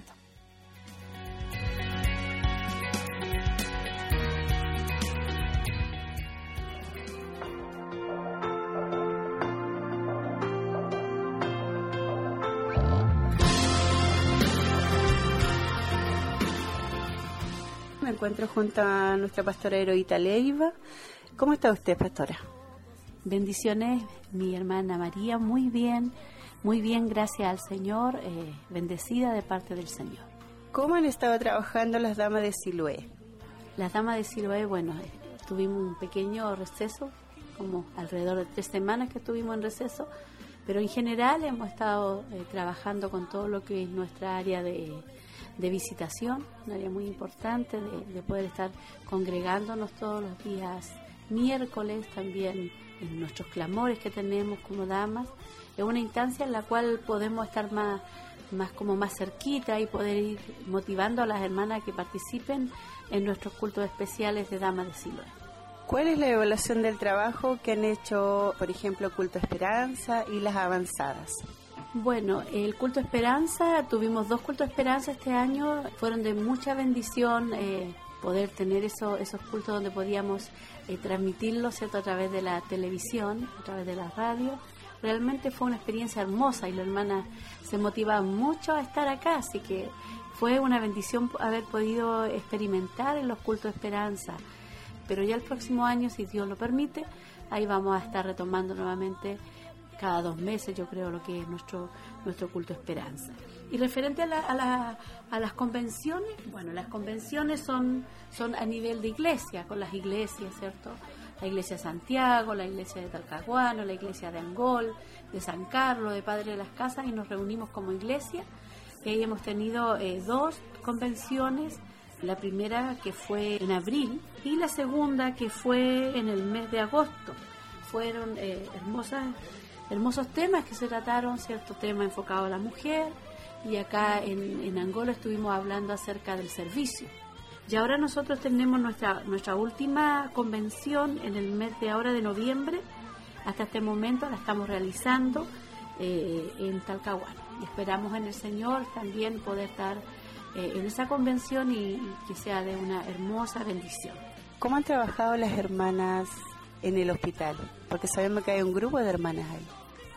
Me encuentro junto a nuestra pastora Heroíta Leiva. ¿Cómo está usted, pastora? Bendiciones, mi hermana María, muy bien, muy bien, gracias al Señor, eh, bendecida de parte del Señor. ¿Cómo han estado trabajando las damas de Siloé? Las damas de Siloé, bueno, eh, tuvimos un pequeño receso, como alrededor de tres semanas que estuvimos en receso, pero en general hemos estado eh, trabajando con todo lo que es nuestra área de... de visitación, un área muy importante de, de poder estar congregándonos todos los días miércoles, también en nuestros clamores que tenemos como damas. Es una instancia en la cual podemos estar más, más como más cerquita y poder ir motivando a las hermanas que participen en nuestros cultos especiales de Damas de Siloé. ¿Cuál es la evaluación del trabajo que han hecho, por ejemplo, Culto Esperanza y las avanzadas? Bueno, el culto Esperanza, tuvimos dos cultos Esperanza este año, fueron de mucha bendición eh, poder tener eso, esos cultos donde podíamos eh, transmitirlos, ¿cierto?, a través de la televisión, a través de la radio. Realmente fue una experiencia hermosa y la hermana se motiva mucho a estar acá, así que fue una bendición haber podido experimentar en los cultos Esperanza. Pero ya el próximo año, si Dios lo permite, ahí vamos a estar retomando nuevamente cada dos meses, yo creo, lo que es nuestro nuestro culto Esperanza. Y referente a, la, a, la, a las convenciones, bueno, las convenciones son son a nivel de iglesia, con las iglesias, ¿cierto? La iglesia de Santiago, la iglesia de Talcahuano, la iglesia de Angol, de San Carlos, de Padre de las Casas, y nos reunimos como iglesia. Y ahí hemos tenido eh, dos convenciones, la primera que fue en abril y la segunda que fue en el mes de agosto. Fueron eh, hermosas hermosos temas que se trataron, cierto tema enfocado a la mujer, y acá en, en Angola estuvimos hablando acerca del servicio. Y ahora nosotros tenemos nuestra nuestra última convención en el mes de ahora de noviembre. Hasta este momento la estamos realizando eh, en Talcahuano, y esperamos en el Señor también poder estar eh, en esa convención y, y que sea de una hermosa bendición. ¿Cómo han trabajado las hermanas en el hospital? Porque sabemos que hay un grupo de hermanas ahí.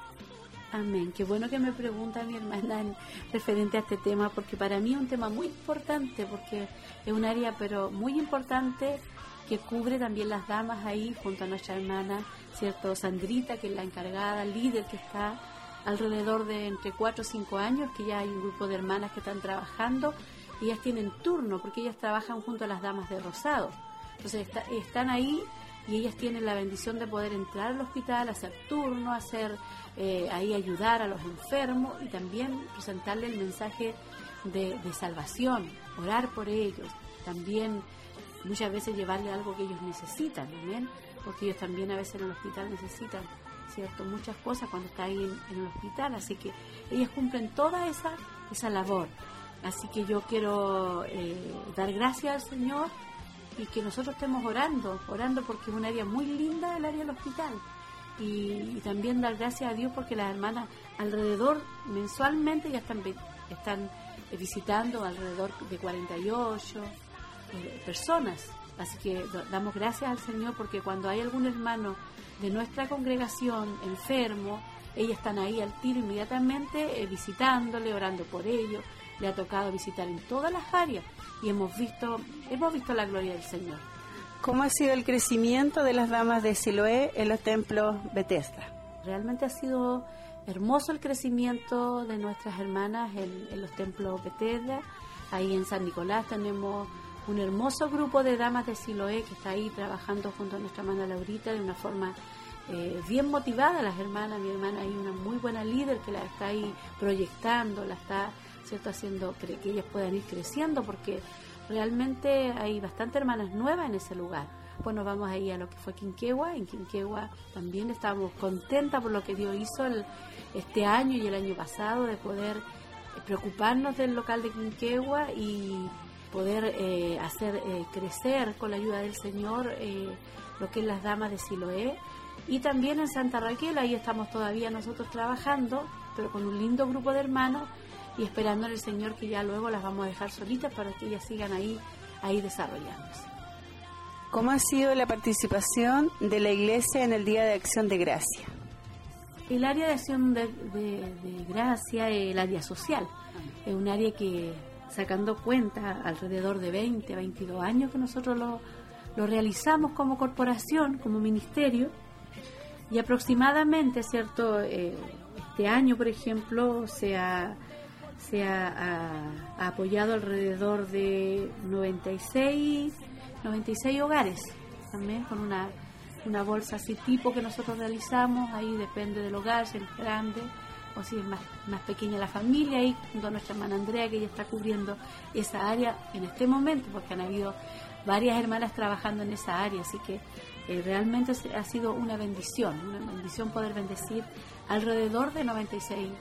Amén. Qué bueno que me pregunta mi hermana en, referente a este tema, porque para mí es un tema muy importante, porque es un área pero muy importante que cubre también las damas ahí junto a nuestra hermana, cierto, Sandrita, que es la encargada, líder, que está alrededor de entre cuatro o cinco años, que ya hay un grupo de hermanas que están trabajando, y ellas tienen turno, porque ellas trabajan junto a las damas de Rosado. Entonces está, están ahí, y ellas tienen la bendición de poder entrar al hospital, hacer turno, hacer eh, ahí ayudar a los enfermos, y también presentarle el mensaje de, de salvación, orar por ellos, también muchas veces llevarle algo que ellos necesitan, ¿amén? Porque ellos también a veces en el hospital necesitan, ¿cierto?, muchas cosas cuando están ahí en, en el hospital, así que ellas cumplen toda esa, esa labor. Así que yo quiero eh, dar gracias al Señor, y que nosotros estemos orando, orando porque es un área muy linda, el área del hospital. Y, y también dar gracias a Dios porque las hermanas alrededor, mensualmente, ya están, están visitando alrededor de cuarenta y ocho, eh, personas. Así que damos gracias al Señor porque cuando hay algún hermano de nuestra congregación enfermo, ellas están ahí al tiro inmediatamente eh, visitándole, orando por ellos. Le ha tocado visitar en todas las áreas y hemos visto hemos visto la gloria del Señor. ¿Cómo ha sido el crecimiento de las damas de Siloé en los templos Bethesda? Realmente ha sido hermoso el crecimiento de nuestras hermanas en, en los templos Bethesda. Ahí en San Nicolás tenemos un hermoso grupo de damas de Siloé que está ahí trabajando junto a nuestra hermana Laurita de una forma eh, bien motivada. Las hermanas, mi hermana hay una muy buena líder que la está ahí proyectando, la está, ¿cierto?, haciendo que ellas puedan ir creciendo, porque realmente hay bastantes hermanas nuevas en ese lugar. Pues nos vamos ahí a lo que fue Quinquegua. En Quinquegua también estamos contentas por lo que Dios hizo el, este año y el año pasado, de poder preocuparnos del local de Quinquegua y poder eh, hacer eh, crecer con la ayuda del Señor eh, lo que es las damas de Siloé. Y también en Santa Raquel, ahí estamos todavía nosotros trabajando, pero con un lindo grupo de hermanos y esperando en el Señor que ya luego las vamos a dejar solitas para que ellas sigan ahí, ahí desarrollándose. ¿Cómo ha sido la participación de la Iglesia en el Día de Acción de Gracia? El área de acción de, de, de gracia es el área social. Es un área que, sacando cuenta, alrededor de veinte, veintidós años que nosotros lo, lo realizamos como corporación, como ministerio, y aproximadamente, ¿cierto?, eh, este año, por ejemplo, se ha, se ha, ha, ha apoyado alrededor de noventa y seis hogares, también con una, una bolsa así tipo que nosotros realizamos. Ahí depende del hogar, si es grande o si es más, más pequeña la familia, ahí junto a nuestra hermana Andrea, que ella está cubriendo esa área en este momento, porque han habido varias hermanas trabajando en esa área, así que eh, realmente ha sido una bendición, una bendición poder bendecir alrededor de noventa y seis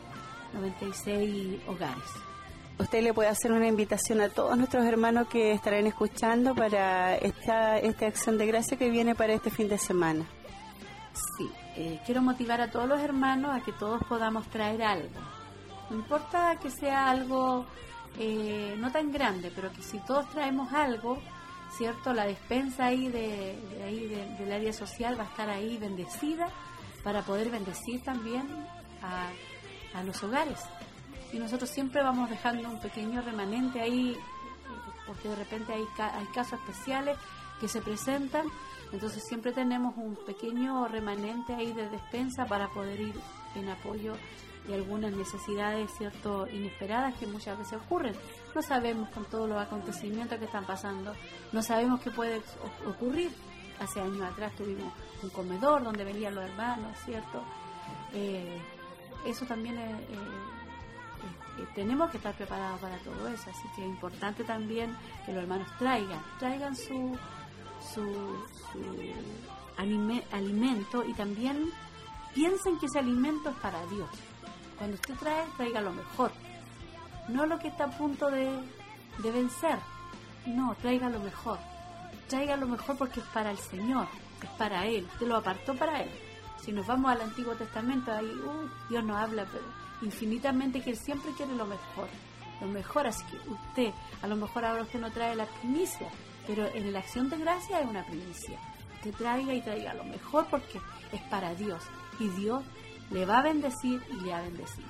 hogares. Usted le puede hacer una invitación a todos nuestros hermanos que estarán escuchando para esta, esta acción de gracia que viene para este fin de semana. Sí, eh, quiero motivar a todos los hermanos a que todos podamos traer algo. No importa que sea algo eh, no tan grande, pero que si todos traemos algo, ¿cierto? La despensa ahí, de, de ahí de, del área social va a estar ahí bendecida para poder bendecir también a, a los hogares. Y nosotros siempre vamos dejando un pequeño remanente ahí, porque de repente hay, hay casos especiales que se presentan, entonces siempre tenemos un pequeño remanente ahí de despensa para poder ir en apoyo de algunas necesidades, cierto, inesperadas que muchas veces ocurren. No sabemos con todos los acontecimientos que están pasando, no sabemos qué puede ocurrir. Hace años atrás tuvimos un comedor donde venían los hermanos, ¿cierto? Eh, eso también es... Eh, Eh, tenemos que estar preparados para todo eso, así que es importante también que los hermanos traigan, traigan su, su, su anime, alimento, y también piensen que ese alimento es para Dios. Cuando usted trae, traiga lo mejor, no lo que está a punto de, de vencer, no, traiga lo mejor, traiga lo mejor porque es para el Señor, es para Él, usted lo apartó para Él. Si nos vamos al Antiguo Testamento, ahí uh, Dios nos habla, pero infinitamente, que Él siempre quiere lo mejor, lo mejor, así que usted, a lo mejor ahora usted no trae la primicia, pero en la acción de gracia es una primicia. Usted traiga y traiga lo mejor porque es para Dios, y Dios le va a bendecir y le ha bendecido.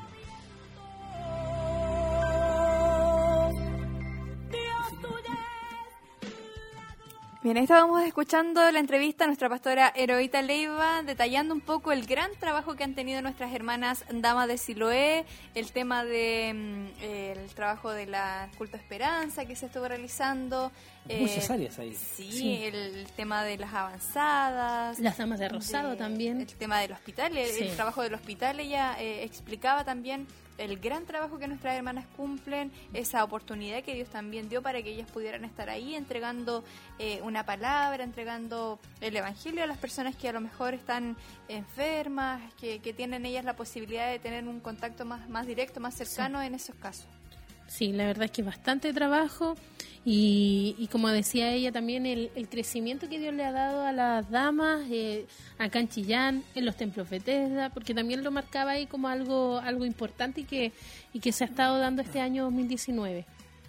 Bien, ahí estábamos escuchando la entrevista a nuestra pastora Eroíta Leiva, detallando un poco el gran trabajo que han tenido nuestras hermanas damas de Siloé, el tema de eh, el trabajo de la culto esperanza que se estuvo realizando. Muchas eh, áreas ahí. Sí, sí, el tema de las avanzadas. Las damas de Rosado de, también. El tema del hospital, el, sí. el trabajo del hospital, ella eh, explicaba también el gran trabajo que nuestras hermanas cumplen, esa oportunidad que Dios también dio para que ellas pudieran estar ahí entregando eh, una palabra, entregando el evangelio a las personas que a lo mejor están enfermas, que, que tienen ellas la posibilidad de tener un contacto más, más directo, más cercano, sí, en esos casos. Sí, la verdad es que es bastante trabajo y, y como decía ella también, el, el crecimiento que Dios le ha dado a las damas eh, acá en Chillán, en los templos Bethesda, porque también lo marcaba ahí como algo algo importante y que y que se ha estado dando este año dos mil diecinueve.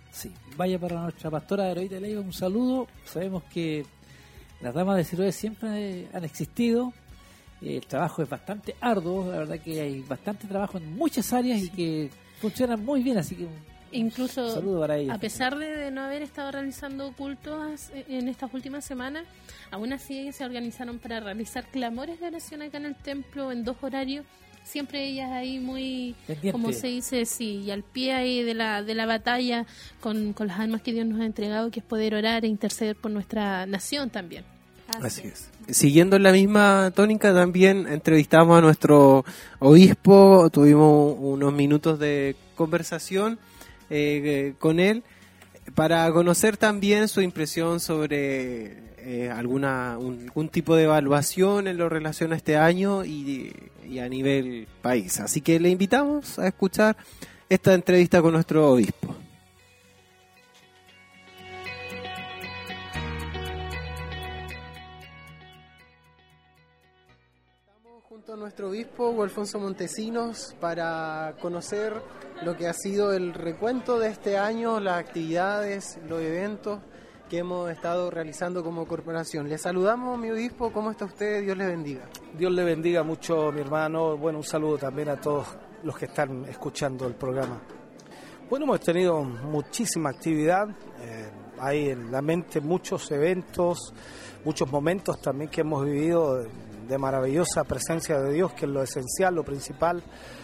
Sí, vaya para nuestra pastora Heroíta Leiva un saludo. Sabemos que las damas de Siloé siempre han existido. El trabajo es bastante arduo, la verdad que hay bastante trabajo en muchas áreas, sí, y que funcionan muy bien, así que un incluso saludo para ellas. A pesar de, de no haber estado realizando cultos en estas últimas semanas, aún así se organizaron para realizar clamores de oración acá en el templo en dos horarios. Siempre ellas ahí muy, pendiente, como se dice, sí, y al pie ahí de la de la batalla con, con las almas que Dios nos ha entregado, que es poder orar e interceder por nuestra nación también. Así es. Siguiendo en la misma tónica, también entrevistamos a nuestro obispo, tuvimos unos minutos de conversación eh, con él para conocer también su impresión sobre eh, alguna un, algún tipo de evaluación en lo relacionado a este año y, y a nivel país. Así que le invitamos a escuchar esta entrevista con nuestro obispo. Junto a nuestro obispo, Alfonso Montesinos, para conocer lo que ha sido el recuento de este año, las actividades, los eventos que hemos estado realizando como corporación. Le saludamos, mi obispo, ¿cómo está usted? Dios le bendiga. Dios le bendiga mucho, mi hermano. Bueno, un saludo también a todos los que están escuchando el programa. Bueno, hemos tenido muchísima actividad, eh, hay en la mente muchos eventos, muchos momentos también que hemos vivido de maravillosa presencia de Dios, que es lo esencial, lo principal.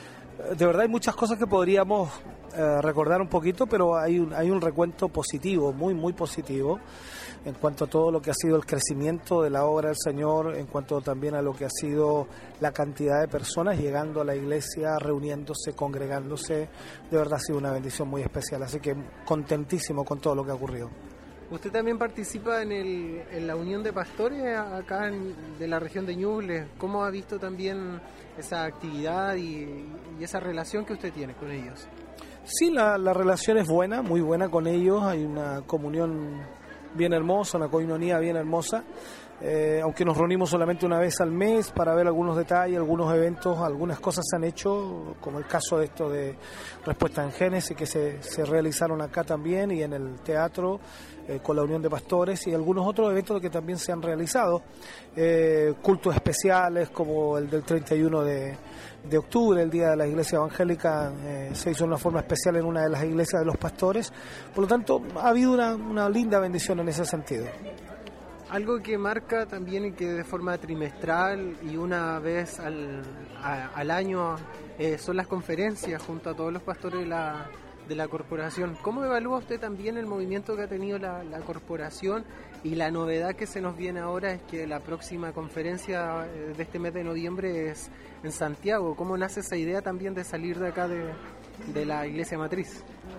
De verdad hay muchas cosas que podríamos eh, recordar un poquito, pero hay un, hay un recuento positivo, muy, muy positivo, en cuanto a todo lo que ha sido el crecimiento de la obra del Señor, en cuanto también a lo que ha sido la cantidad de personas llegando a la iglesia, reuniéndose, congregándose. De verdad ha sido una bendición muy especial, así que contentísimo con todo lo que ha ocurrido. Usted también participa en, el, en la Unión de Pastores acá en, de la región de Ñuble. ¿Cómo ha visto también esa actividad y, y esa relación que usted tiene con ellos? Sí, la, la relación es buena, muy buena con ellos. Hay una comunión bien hermosa, una coinonía bien hermosa. Eh, aunque nos reunimos solamente una vez al mes para ver algunos detalles, algunos eventos, algunas cosas se han hecho, como el caso de esto de Respuesta en Génesis, que se, se realizaron acá también y en el teatro eh, con la Unión de Pastores, y algunos otros eventos que también se han realizado, eh, cultos especiales como el del treinta y uno de, de octubre, el Día de la Iglesia Evangélica, eh, se hizo de una forma especial en una de las iglesias de los pastores. Por lo tanto, ha habido una, una linda bendición en ese sentido. Algo que marca también y que de forma trimestral y una vez al, a, al año eh, son las conferencias junto a todos los pastores de la, de la corporación. ¿Cómo evalúa usted también el movimiento que ha tenido la, la corporación? Y la novedad que se nos viene ahora es que la próxima conferencia de este mes de noviembre es en Santiago. ¿Cómo nace esa idea también de salir de acá de, de la iglesia matriz?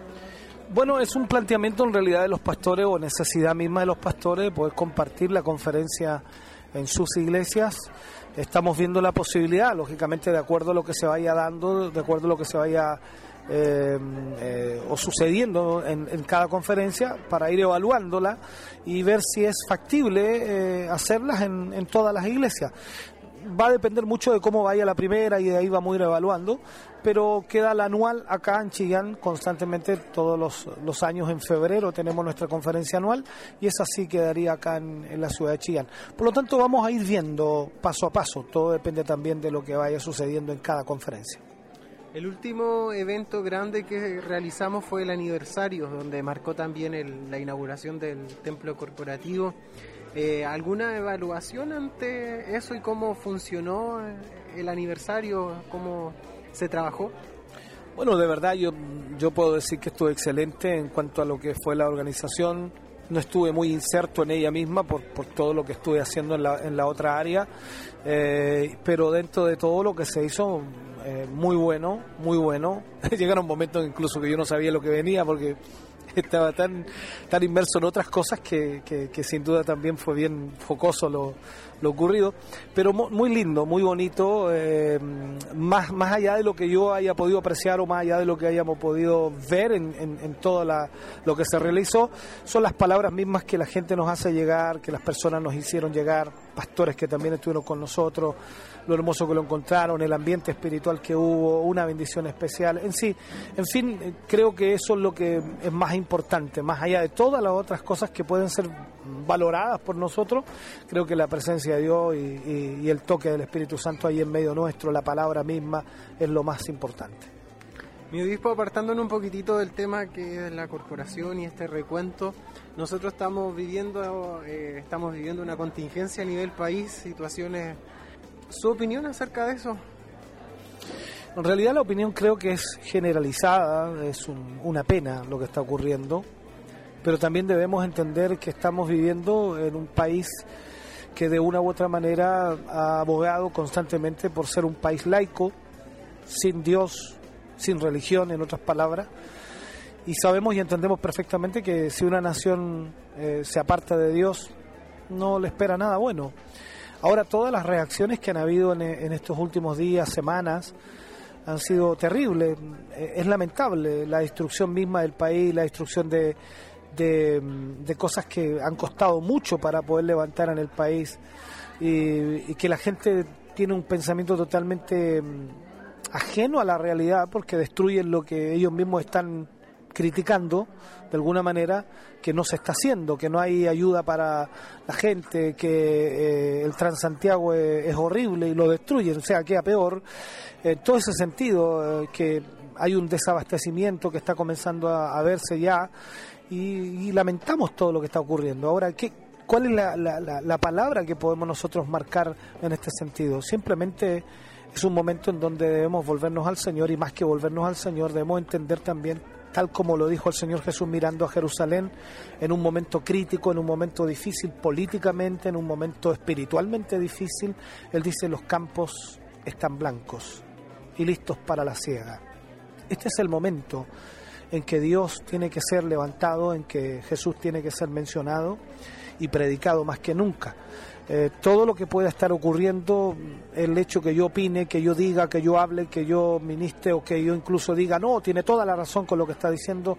Bueno, es un planteamiento en realidad de los pastores, o necesidad misma de los pastores de poder compartir la conferencia en sus iglesias. Estamos viendo la posibilidad, lógicamente de acuerdo a lo que se vaya dando, de acuerdo a lo que se vaya eh, eh, o sucediendo en, en cada conferencia, para ir evaluándola y ver si es factible eh, hacerlas en, en todas las iglesias. Va a depender mucho de cómo vaya la primera y de ahí vamos a ir evaluando, pero queda la anual acá en Chillán constantemente, todos los, los años en febrero tenemos nuestra conferencia anual y esa sí quedaría acá en, en la ciudad de Chillán. Por lo tanto vamos a ir viendo paso a paso, todo depende también de lo que vaya sucediendo en cada conferencia. El último evento grande que realizamos fue el aniversario, donde marcó también el, la inauguración del templo corporativo. Eh, ¿Alguna evaluación ante eso y cómo funcionó el aniversario, cómo se trabajó? Bueno, de verdad yo, yo puedo decir que estuvo excelente en cuanto a lo que fue la organización. No estuve muy inserto en ella misma por, por todo lo que estuve haciendo en la, en la otra área, eh, pero dentro de todo lo que se hizo, eh, muy bueno, muy bueno. Llegaron momentos incluso que yo no sabía lo que venía porque estaba tan tan inmerso en otras cosas que, que, que sin duda también fue bien focoso lo, lo ocurrido, pero muy lindo, muy bonito, eh, más, más allá de lo que yo haya podido apreciar o más allá de lo que hayamos podido ver en, en, en todo la, lo que se realizó, son las palabras mismas que la gente nos hace llegar, que las personas nos hicieron llegar, pastores que también estuvieron con nosotros, lo hermoso que lo encontraron, el ambiente espiritual que hubo, una bendición especial, en sí, en fin, creo que eso es lo que es más importante importante, más allá de todas las otras cosas que pueden ser valoradas por nosotros, creo que la presencia de Dios y, y, y el toque del Espíritu Santo ahí en medio nuestro, la palabra misma, es lo más importante. Mi obispo, apartándonos un poquitito del tema que es la corporación y este recuento, nosotros estamos viviendo eh, estamos viviendo una contingencia a nivel país, situaciones. ¿Su opinión acerca de eso? En realidad la opinión creo que es generalizada, es un, una pena lo que está ocurriendo, pero también debemos entender que estamos viviendo en un país que de una u otra manera ha abogado constantemente por ser un país laico, sin Dios, sin religión, en otras palabras, y sabemos y entendemos perfectamente que si una nación eh, se aparta de Dios, no le espera nada bueno. Ahora, todas las reacciones que han habido en, en estos últimos días, semanas, han sido terribles. Eh, es lamentable la destrucción misma del país, la destrucción de, de, de cosas que han costado mucho para poder levantar en el país, y, y que la gente tiene un pensamiento totalmente ajeno a la realidad, porque destruyen lo que ellos mismos están criticando de alguna manera, que no se está haciendo, que no hay ayuda para la gente, que eh, el Transantiago es, es horrible y lo destruyen, o sea, queda peor. En todo ese sentido, eh, que hay un desabastecimiento que está comenzando a, a verse ya, y, y lamentamos todo lo que está ocurriendo. Ahora, ¿qué, ¿cuál es la, la, la, la palabra que podemos nosotros marcar en este sentido? Simplemente es un momento en donde debemos volvernos al Señor, y más que volvernos al Señor, debemos entender también, tal como lo dijo el Señor Jesús mirando a Jerusalén, en un momento crítico, en un momento difícil políticamente, en un momento espiritualmente difícil, Él dice: los campos están blancos y listos para la siega. Este es el momento en que Dios tiene que ser levantado, en que Jesús tiene que ser mencionado y predicado más que nunca. Eh, todo lo que pueda estar ocurriendo, el hecho que yo opine, que yo diga, que yo hable, que yo ministre, o que yo incluso diga, no, tiene toda la razón con lo que está diciendo,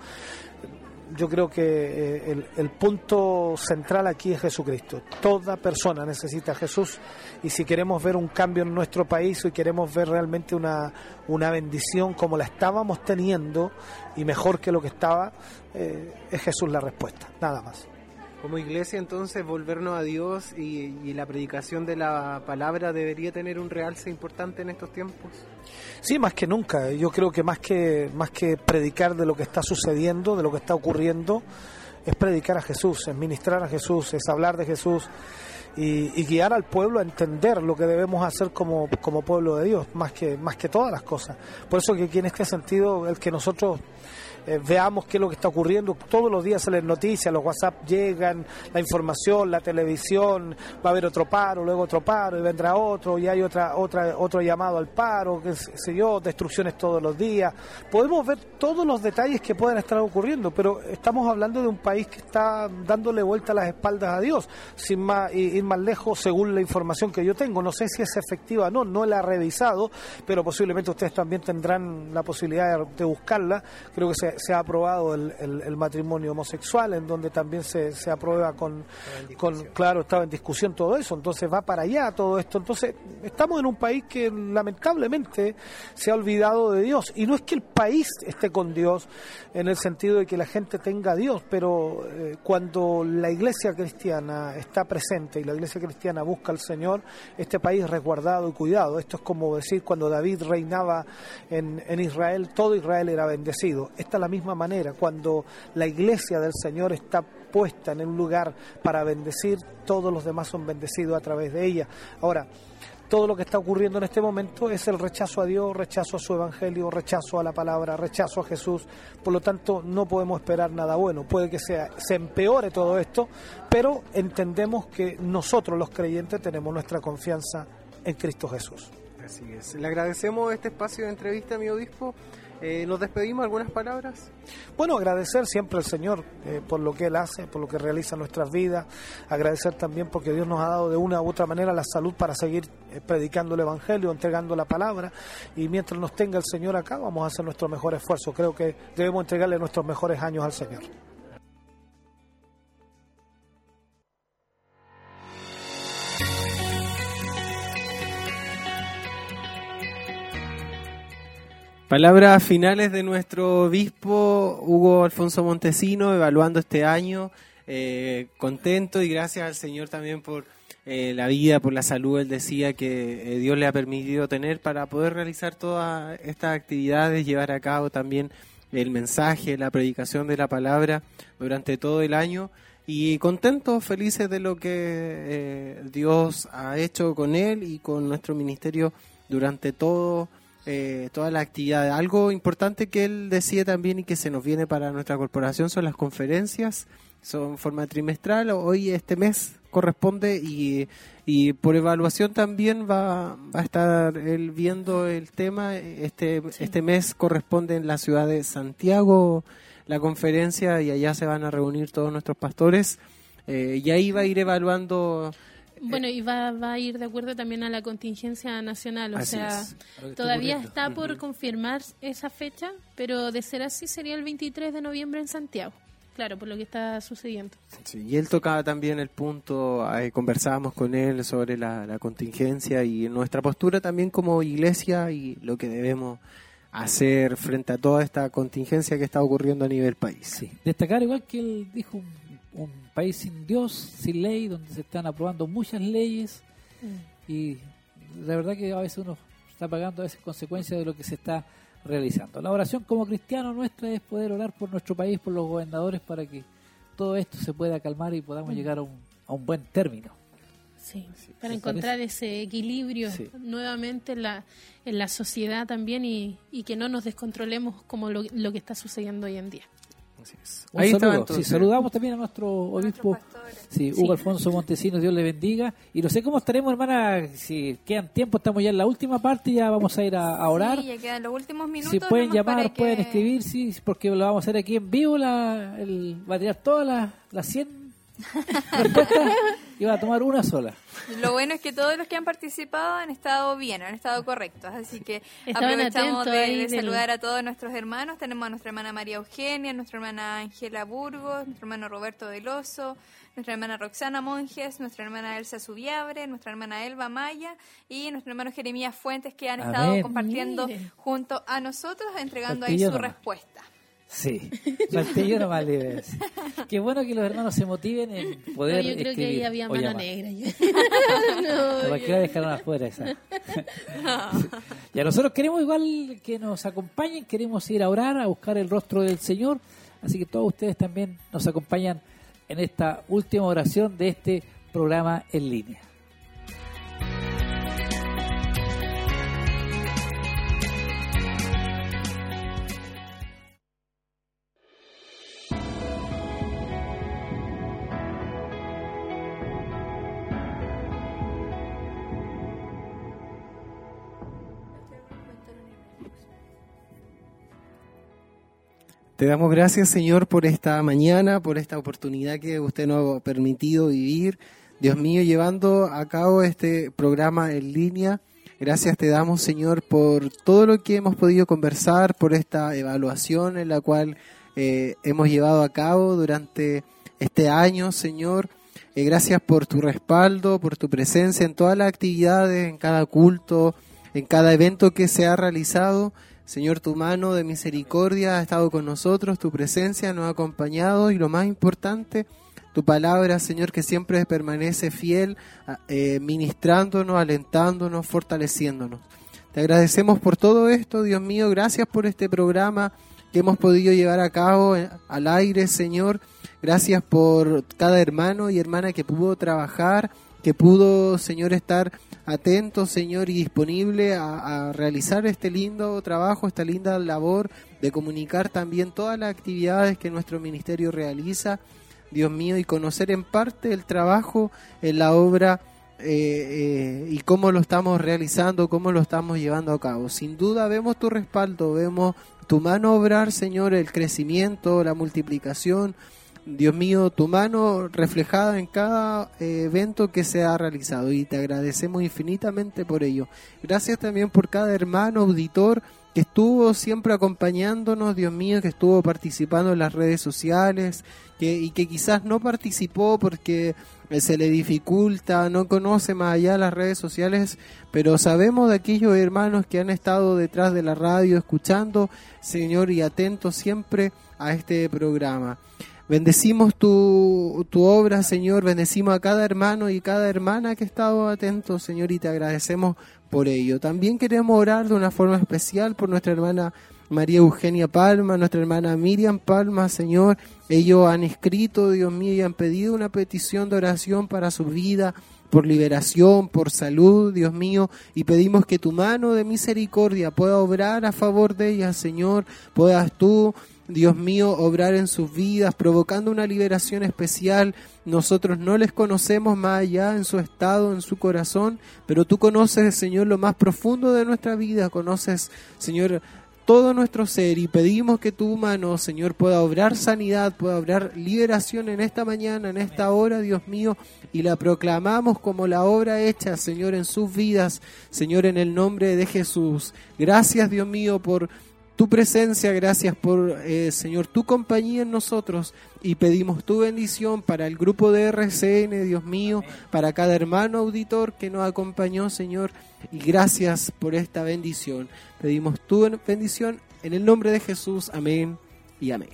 yo creo que eh, el, el punto central aquí es Jesucristo. Toda persona necesita a Jesús, y si queremos ver un cambio en nuestro país, y queremos ver realmente una, una bendición como la estábamos teniendo, y mejor que lo que estaba, eh, es Jesús la respuesta, nada más. Como iglesia, entonces, volvernos a Dios y, y la predicación de la palabra debería tener un realce importante en estos tiempos. Sí, más que nunca. Yo creo que más que más que predicar de lo que está sucediendo, de lo que está ocurriendo, es predicar a Jesús, es ministrar a Jesús, es hablar de Jesús, y, y guiar al pueblo a entender lo que debemos hacer como, como pueblo de Dios, más que más que todas las cosas. Por eso que aquí en este sentido, el que nosotros Eh, veamos qué es lo que está ocurriendo. Todos los días salen noticias, los WhatsApp llegan, la información, la televisión, va a haber otro paro, luego otro paro, y vendrá otro, y hay otra, otra, otro llamado al paro, qué sé yo, destrucciones todos los días. Podemos ver todos los detalles que pueden estar ocurriendo, pero estamos hablando de un país que está dándole vuelta a las espaldas a Dios, sin más, ir más lejos, según la información que yo tengo. No sé si es efectiva o no, no la he revisado, pero posiblemente ustedes también tendrán la posibilidad de, de buscarla. Creo que se se ha aprobado el, el, el matrimonio homosexual, en donde también se, se aprueba con, con, claro, estaba en discusión todo eso, entonces va para allá todo esto. Entonces estamos en un país que lamentablemente se ha olvidado de Dios, y no es que el país esté con Dios en el sentido de que la gente tenga a Dios, pero eh, cuando la iglesia cristiana está presente y la iglesia cristiana busca al Señor, este país es resguardado y cuidado. Esto es como decir, cuando David reinaba en, en Israel, todo Israel era bendecido. Esta es la misma manera, cuando la iglesia del Señor está puesta en un lugar para bendecir, todos los demás son bendecidos a través de ella. Ahora, todo lo que está ocurriendo en este momento es el rechazo a Dios, rechazo a su evangelio, rechazo a la palabra, rechazo a Jesús. Por lo tanto, no podemos esperar nada bueno. Puede que sea, se empeore todo esto, pero entendemos que nosotros los creyentes tenemos nuestra confianza en Cristo Jesús. Así es. Le agradecemos este espacio de entrevista, mi obispo. Eh, ¿Nos despedimos? ¿Algunas palabras? Bueno, agradecer siempre al Señor eh, por lo que Él hace, por lo que realiza en nuestras vidas. Agradecer también porque Dios nos ha dado de una u otra manera la salud para seguir eh, predicando el Evangelio, entregando la palabra. Y mientras nos tenga el Señor acá, vamos a hacer nuestro mejor esfuerzo. Creo que debemos entregarle nuestros mejores años al Señor. Palabras finales de nuestro obispo Hugo Alfonso Montesino, evaluando este año, eh, contento y gracias al Señor también por eh, la vida, por la salud. Él decía que eh, Dios le ha permitido tener para poder realizar todas estas actividades, llevar a cabo también el mensaje, la predicación de la palabra durante todo el año. Y contentos, felices de lo que eh, Dios ha hecho con él y con nuestro ministerio durante todo Eh, toda la actividad. Algo importante que él decía también y que se nos viene para nuestra corporación son las conferencias, son en forma trimestral. Hoy este mes corresponde y, y por evaluación también va, va a estar él viendo el tema. Este, sí. este mes corresponde en la ciudad de Santiago la conferencia y allá se van a reunir todos nuestros pastores eh, y ahí va a ir evaluando. Bueno, y va, va a ir de acuerdo también a la contingencia nacional, o así sea, es. todavía está por uh-huh. confirmar esa fecha, pero de ser así sería el veintitrés de noviembre en Santiago, claro, por lo que está sucediendo. Sí, y él tocaba también el punto, eh, conversábamos con él sobre la, la contingencia y nuestra postura también como iglesia y lo que debemos hacer frente a toda esta contingencia que está ocurriendo a nivel país. Sí, destacar igual que él dijo un país sin Dios, sin ley, donde se están aprobando muchas leyes mm. y la verdad que a veces uno está pagando a veces consecuencias de lo que se está realizando. La oración como cristiano nuestra es poder orar por nuestro país, por los gobernadores, para que todo esto se pueda calmar y podamos mm. llegar a un, a un buen término. Sí, sí para encontrar parece? ese equilibrio sí. nuevamente en la, en la sociedad también y, y que no nos descontrolemos como lo, lo que está sucediendo hoy en día. Un Ahí saludo. Sí, saludamos también a nuestro obispo sí, Hugo sí. Alfonso Montesino, Dios le bendiga. Y no sé cómo estaremos, hermana, si quedan tiempo, estamos ya en la última parte, ya vamos a ir a, a orar. Sí, ya quedan los últimos minutos. Si pueden llamar, que... pueden escribir, sí, porque lo vamos a hacer aquí en vivo, la, el, va a tirar todas las la cien respuestas y va a tomar una sola. Lo bueno es que todos los que han participado han estado bien, han estado correctos, así que Estaban aprovechamos de, de del... saludar a todos nuestros hermanos. Tenemos a nuestra hermana María Eugenia, nuestra hermana Ángela Burgos, nuestro hermano Roberto Veloso, nuestra hermana Roxana Monjes, nuestra hermana Elsa Subiabre, nuestra hermana Elba Maya y nuestro hermano Jeremías Fuentes, que han a estado ver, compartiendo miren. junto a nosotros, entregando ahí su nomás. respuesta. Sí, falté yo nomás le ves. Qué bueno que los hermanos se motiven en poder no, yo creo escribir. Que ahí había mano negra. no, ¿Para qué la dejaron afuera esa? No. Y a nosotros queremos igual que nos acompañen, queremos ir a orar, a buscar el rostro del Señor, así que todos ustedes también nos acompañan en esta última oración de este programa en línea. Te damos gracias, Señor, por esta mañana, por esta oportunidad que usted nos ha permitido vivir. Dios mío, llevando a cabo este programa en línea. Gracias te damos, Señor, por todo lo que hemos podido conversar, por esta evaluación en la cual eh, hemos llevado a cabo durante este año, Señor. Eh, gracias por tu respaldo, por tu presencia en todas las actividades, en cada culto, en cada evento que se ha realizado. Señor, tu mano de misericordia ha estado con nosotros, tu presencia nos ha acompañado y lo más importante, tu palabra, Señor, que siempre permanece fiel, eh, ministrándonos, alentándonos, fortaleciéndonos. Te agradecemos por todo esto, Dios mío, gracias por este programa que hemos podido llevar a cabo al aire, Señor. Gracias por cada hermano y hermana que pudo trabajar, que pudo, Señor, estar atento, Señor, y disponible a, a realizar este lindo trabajo, esta linda labor de comunicar también todas las actividades que nuestro ministerio realiza, Dios mío, y conocer en parte el trabajo en la obra eh, eh, y cómo lo estamos realizando, cómo lo estamos llevando a cabo. Sin duda vemos tu respaldo, vemos tu mano obrar, Señor, el crecimiento, la multiplicación, Dios mío, tu mano reflejada en cada eh, evento que se ha realizado y te agradecemos infinitamente por ello. Gracias también por cada hermano auditor que estuvo siempre acompañándonos, Dios mío, que estuvo participando en las redes sociales que, y que quizás no participó porque eh, se le dificulta, no conoce más allá las redes sociales, pero sabemos de aquellos hermanos que han estado detrás de la radio escuchando, Señor, y atentos siempre a este programa. Bendecimos tu, tu obra, Señor, bendecimos a cada hermano y cada hermana que ha estado atento, Señor, y te agradecemos por ello. También queremos orar de una forma especial por nuestra hermana María Eugenia Palma, nuestra hermana Miriam Palma, Señor. Ellos han escrito, Dios mío, y han pedido una petición de oración para su vida, por liberación, por salud, Dios mío, y pedimos que tu mano de misericordia pueda obrar a favor de ellas, Señor. Puedas tú, Dios mío, obrar en sus vidas, provocando una liberación especial. Nosotros no les conocemos más allá en su estado, en su corazón, pero tú conoces, Señor, lo más profundo de nuestra vida, conoces, Señor, todo nuestro ser, y pedimos que tu mano, Señor, pueda obrar sanidad, pueda obrar liberación en esta mañana, en esta hora, Dios mío, y la proclamamos como la obra hecha, Señor, en sus vidas, Señor, en el nombre de Jesús. Gracias, Dios mío, por tu presencia, gracias por, eh, Señor, tu compañía en nosotros, y pedimos tu bendición para el grupo de R C N, Dios mío, para cada hermano auditor que nos acompañó, Señor, y gracias por esta bendición. Pedimos tu bendición en el nombre de Jesús, amén y amén.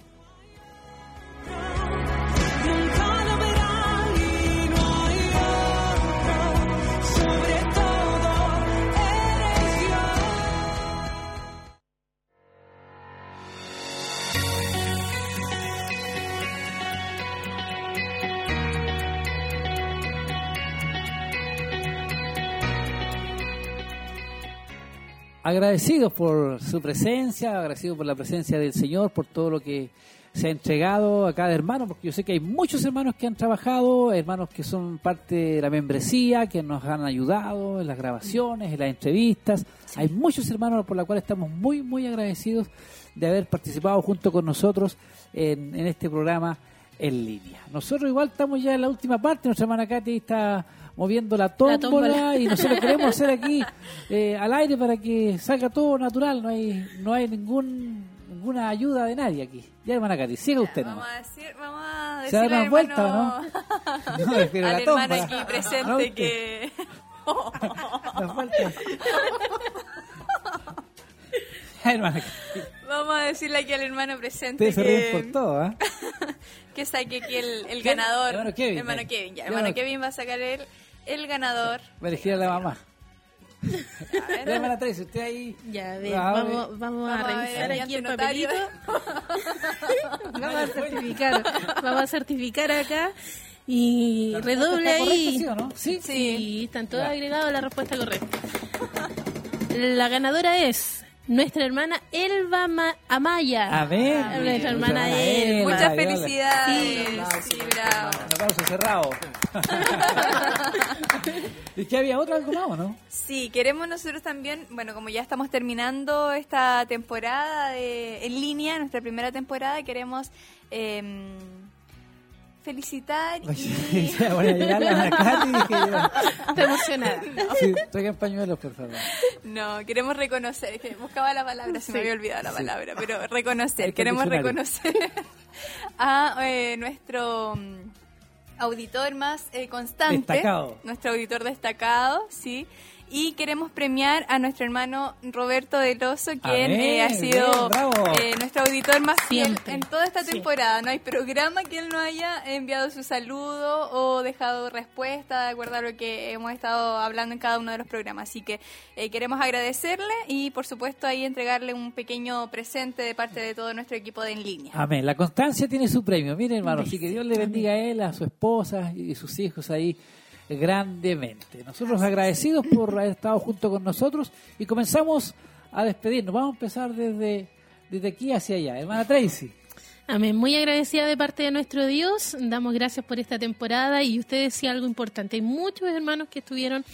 Agradecidos por su presencia, agradecidos por la presencia del Señor, por todo lo que se ha entregado a cada hermano, porque yo sé que hay muchos hermanos que han trabajado, hermanos que son parte de la membresía, que nos han ayudado en las grabaciones, en las entrevistas. Sí. Hay muchos hermanos por los cuales estamos muy, muy agradecidos de haber participado junto con nosotros en, en este programa en línea. Nosotros igual estamos ya en la última parte, nuestra hermana Katy está moviendo la tómbola, la tómbola. Y nosotros queremos hacer aquí eh, al aire para que salga todo natural, no hay no hay ningún ninguna ayuda de nadie aquí. Ya, hermana Katy, siga usted nomás. Vamos a decir, vamos a decir ¿se da una vuelta o no? No, al la hermano aquí presente no, que... Vamos a decirle aquí al hermano presente usted que... se ríe por todo, ¿eh? que saque aquí el, el ganador. Hermano Kevin. Hermano Kevin, ya. Hermano Kevin va a sacar el, el ganador. Va a elegir a la mamá. Ya, hermana Tracy, usted ahí. Ya, a ver, vamos, vamos, vamos a revisar a aquí el papelito. Vamos a certificar, vamos a certificar acá. Y redoble ahí. ¿Sí o no? Sí, sí, sí, están todos agregados a la respuesta correcta. La ganadora es nuestra hermana Elba Ma- Amaya. A ver. Ah, nuestra hermana Elba. Muchas felicidades. Sí, sí, bravo. Un aplauso cerrado. ¿Y que había otra algo más o no? Sí, queremos nosotros también, bueno, como ya estamos terminando esta temporada de, en línea, nuestra primera temporada, queremos eh, felicitar y... Ya voy a llegar a la Katy y dije yo... Estoy emocionada. No. Sí, traigan pañuelos, por favor. No, queremos reconocer, que buscaba la palabra, se sí. me había olvidado la sí. palabra, pero reconocer, queremos reconocer a eh, nuestro auditor más eh, constante, destacado. Nuestro auditor destacado, sí. Y queremos premiar a nuestro hermano Roberto Del Oso, quien eh, ha sido eh, nuestro auditor más fiel en toda esta temporada. Sí. No hay programa que él no haya enviado su saludo o dejado respuesta de acuerdo a lo que hemos estado hablando en cada uno de los programas. Así que eh, queremos agradecerle y, por supuesto, ahí entregarle un pequeño presente de parte de todo nuestro equipo de En Línea. Amén. La constancia tiene su premio. Miren, hermano, así que Dios le bendiga a él, a su esposa y sus hijos ahí grandemente. Nosotros agradecidos por haber estado junto con nosotros y comenzamos a despedirnos. Vamos a empezar desde, desde aquí hacia allá. Hermana Tracy. Amén. Muy agradecida de parte de nuestro Dios. Damos gracias por esta temporada y usted decía algo importante. Hay muchos hermanos que estuvieron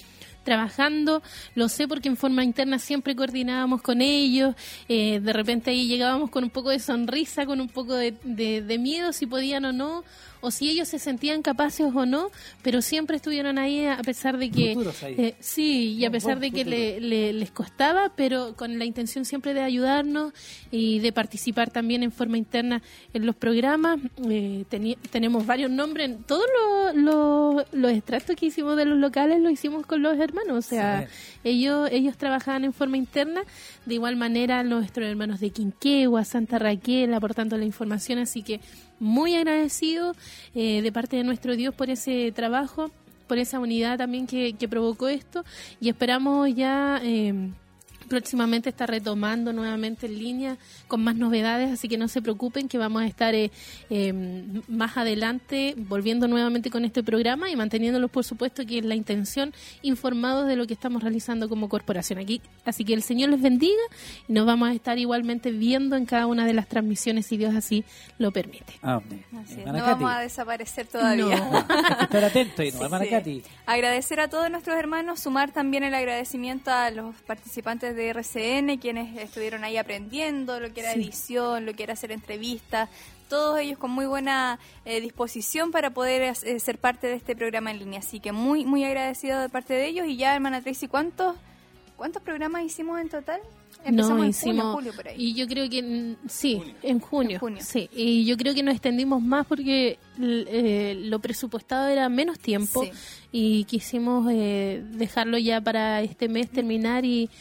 trabajando. Lo sé porque en forma interna siempre coordinábamos con ellos. Eh, de repente ahí llegábamos con un poco de sonrisa, con un poco de, de, de miedo si podían o no, o si ellos se sentían capaces o no, pero siempre estuvieron ahí a pesar de que eh, sí, y a pesar de que le, le, les costaba, pero con la intención siempre de ayudarnos y de participar también en forma interna en los programas. Eh, teni- tenemos varios nombres, todos los, los, los extractos que hicimos de los locales los hicimos con los hermanos, o sea, sí. ellos ellos trabajaban en forma interna, de igual manera nuestros hermanos de Quinquegua, Santa Raquel, aportando la información, así que muy agradecido eh, de parte de nuestro Dios por ese trabajo, por esa unidad también que, que provocó esto, y esperamos ya eh, próximamente estar retomando nuevamente en línea con más novedades, así que no se preocupen que vamos a estar eh, eh, más adelante volviendo nuevamente con este programa y manteniéndolos, por supuesto, que es la intención, informados de lo que estamos realizando como corporación aquí. Así que el Señor les bendiga y nos vamos a estar igualmente viendo en cada una de las transmisiones si Dios así lo permite. Amén. Así es, no vamos a desaparecer todavía. No. Hay que estar atentos y no, sí, hermana sí. Katy. Agradecer a todos nuestros hermanos, sumar también el agradecimiento a los participantes de R C N, quienes estuvieron ahí aprendiendo lo que era sí. edición, lo que era hacer entrevistas, todos ellos con muy buena eh, disposición para poder eh, ser parte de este programa en línea. Así que muy muy agradecido de parte de ellos. Y ya, hermana Tracy, ¿cuántos cuántos programas hicimos en total? Empezamos no, en hicimos, junio, julio, por ahí. Y yo creo que, en, sí, junio. en junio, en junio. Sí, y yo creo que nos extendimos más porque eh, lo presupuestado era menos tiempo sí. y quisimos eh, dejarlo ya para este mes terminar y,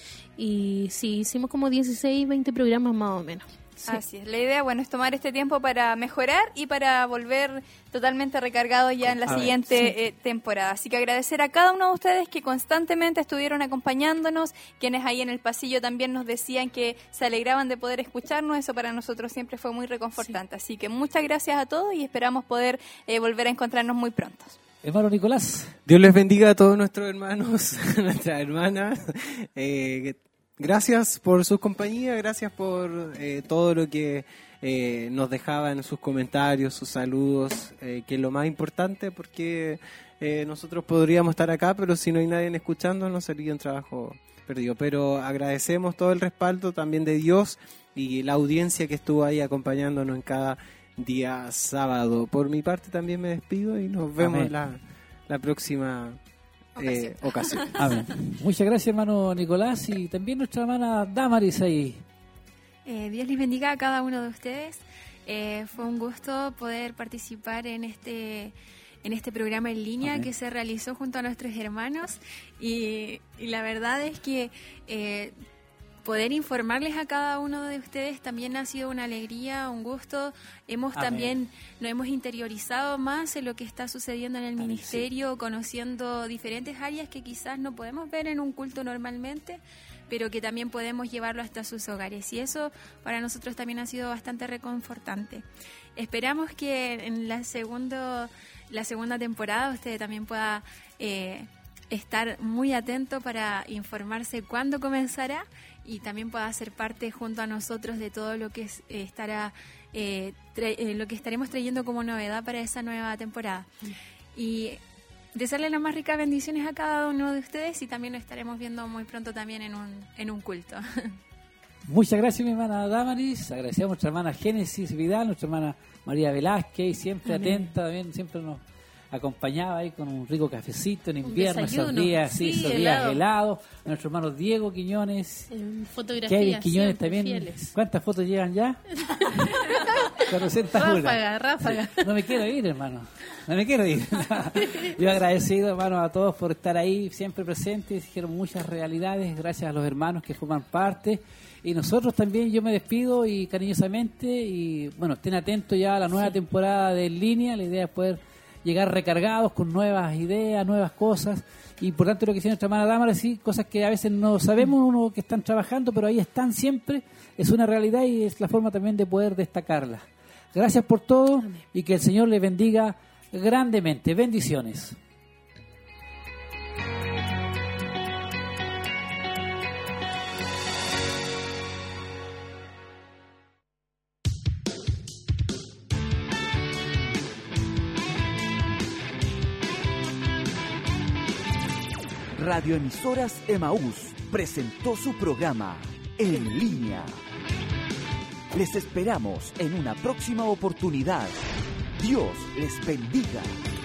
y sí, hicimos como dieciséis, veinte programas más o menos. Sí. Así es, la idea, bueno, es tomar este tiempo para mejorar y para volver totalmente recargados ya en la a siguiente ver, sí. eh, temporada. Así que agradecer a cada uno de ustedes que constantemente estuvieron acompañándonos, quienes ahí en el pasillo también nos decían que se alegraban de poder escucharnos, eso para nosotros siempre fue muy reconfortante. Sí. Así que muchas gracias a todos y esperamos poder eh, volver a encontrarnos muy pronto. Hermano Nicolás. Dios les bendiga a todos nuestros hermanos, nuestras hermanas. Eh, Gracias por su compañía, gracias por eh, todo lo que eh, nos dejaban en sus comentarios, sus saludos, eh, que es lo más importante porque eh, nosotros podríamos estar acá, pero si no hay nadie escuchándonos sería un trabajo perdido. Pero agradecemos todo el respaldo también de Dios y la audiencia que estuvo ahí acompañándonos en cada día sábado. Por mi parte también me despido y nos vemos la, la próxima Eh, ocasión. Amén. Muchas gracias, hermano Nicolás, y también nuestra hermana Damaris ahí. Eh, Dios les bendiga a cada uno de ustedes. Eh, fue un gusto poder participar en este en este programa en línea Amén. Que se realizó junto a nuestros hermanos y, y la verdad es que eh, poder informarles a cada uno de ustedes también ha sido una alegría, un gusto. Hemos Amén. También nos hemos interiorizado más en lo que está sucediendo en el Amén, ministerio, sí. conociendo diferentes áreas que quizás no podemos ver en un culto normalmente, pero que también podemos llevarlo hasta sus hogares. Y eso para nosotros también ha sido bastante reconfortante. Esperamos que en la, segundo, la segunda temporada usted también pueda eh, estar muy atento para informarse cuándo comenzará y también pueda ser parte junto a nosotros de todo lo que es, eh, estará eh, tra- eh, lo que estaremos trayendo como novedad para esa nueva temporada. Y desearle las más ricas bendiciones a cada uno de ustedes y también nos estaremos viendo muy pronto también en un, en un culto. Muchas gracias, mi hermana Damaris. Agradecemos a nuestra hermana Génesis Vidal, nuestra hermana María Velázquez, siempre Amén. Atenta, también siempre nos acompañaba ahí con un rico cafecito en invierno, esos días, sí, sí, esos helado. días helados. A nuestro hermano Diego Quiñones, eh, fotografías, Kevin Quiñones también. Fieles. ¿Cuántas fotos llevan ya? cuatrocientas Ráfaga, ráfaga. No me quiero ir, hermano. No me quiero ir. Yo agradecido, hermano, a todos por estar ahí, siempre presentes. Dijeron muchas realidades, gracias a los hermanos que forman parte. Y nosotros también, yo me despido y cariñosamente. Y bueno, estén atentos ya a la nueva sí. temporada de En Línea. La idea es poder llegar recargados con nuevas ideas, nuevas cosas. Y por tanto, lo que dice nuestra hermana Dámara, sí, cosas que a veces no sabemos uno que están trabajando, pero ahí están siempre. Es una realidad y es la forma también de poder destacarlas. Gracias por todo y que el Señor les bendiga grandemente. Bendiciones. Radioemisoras Emaús presentó su programa En Línea. Les esperamos en una próxima oportunidad. Dios les bendiga.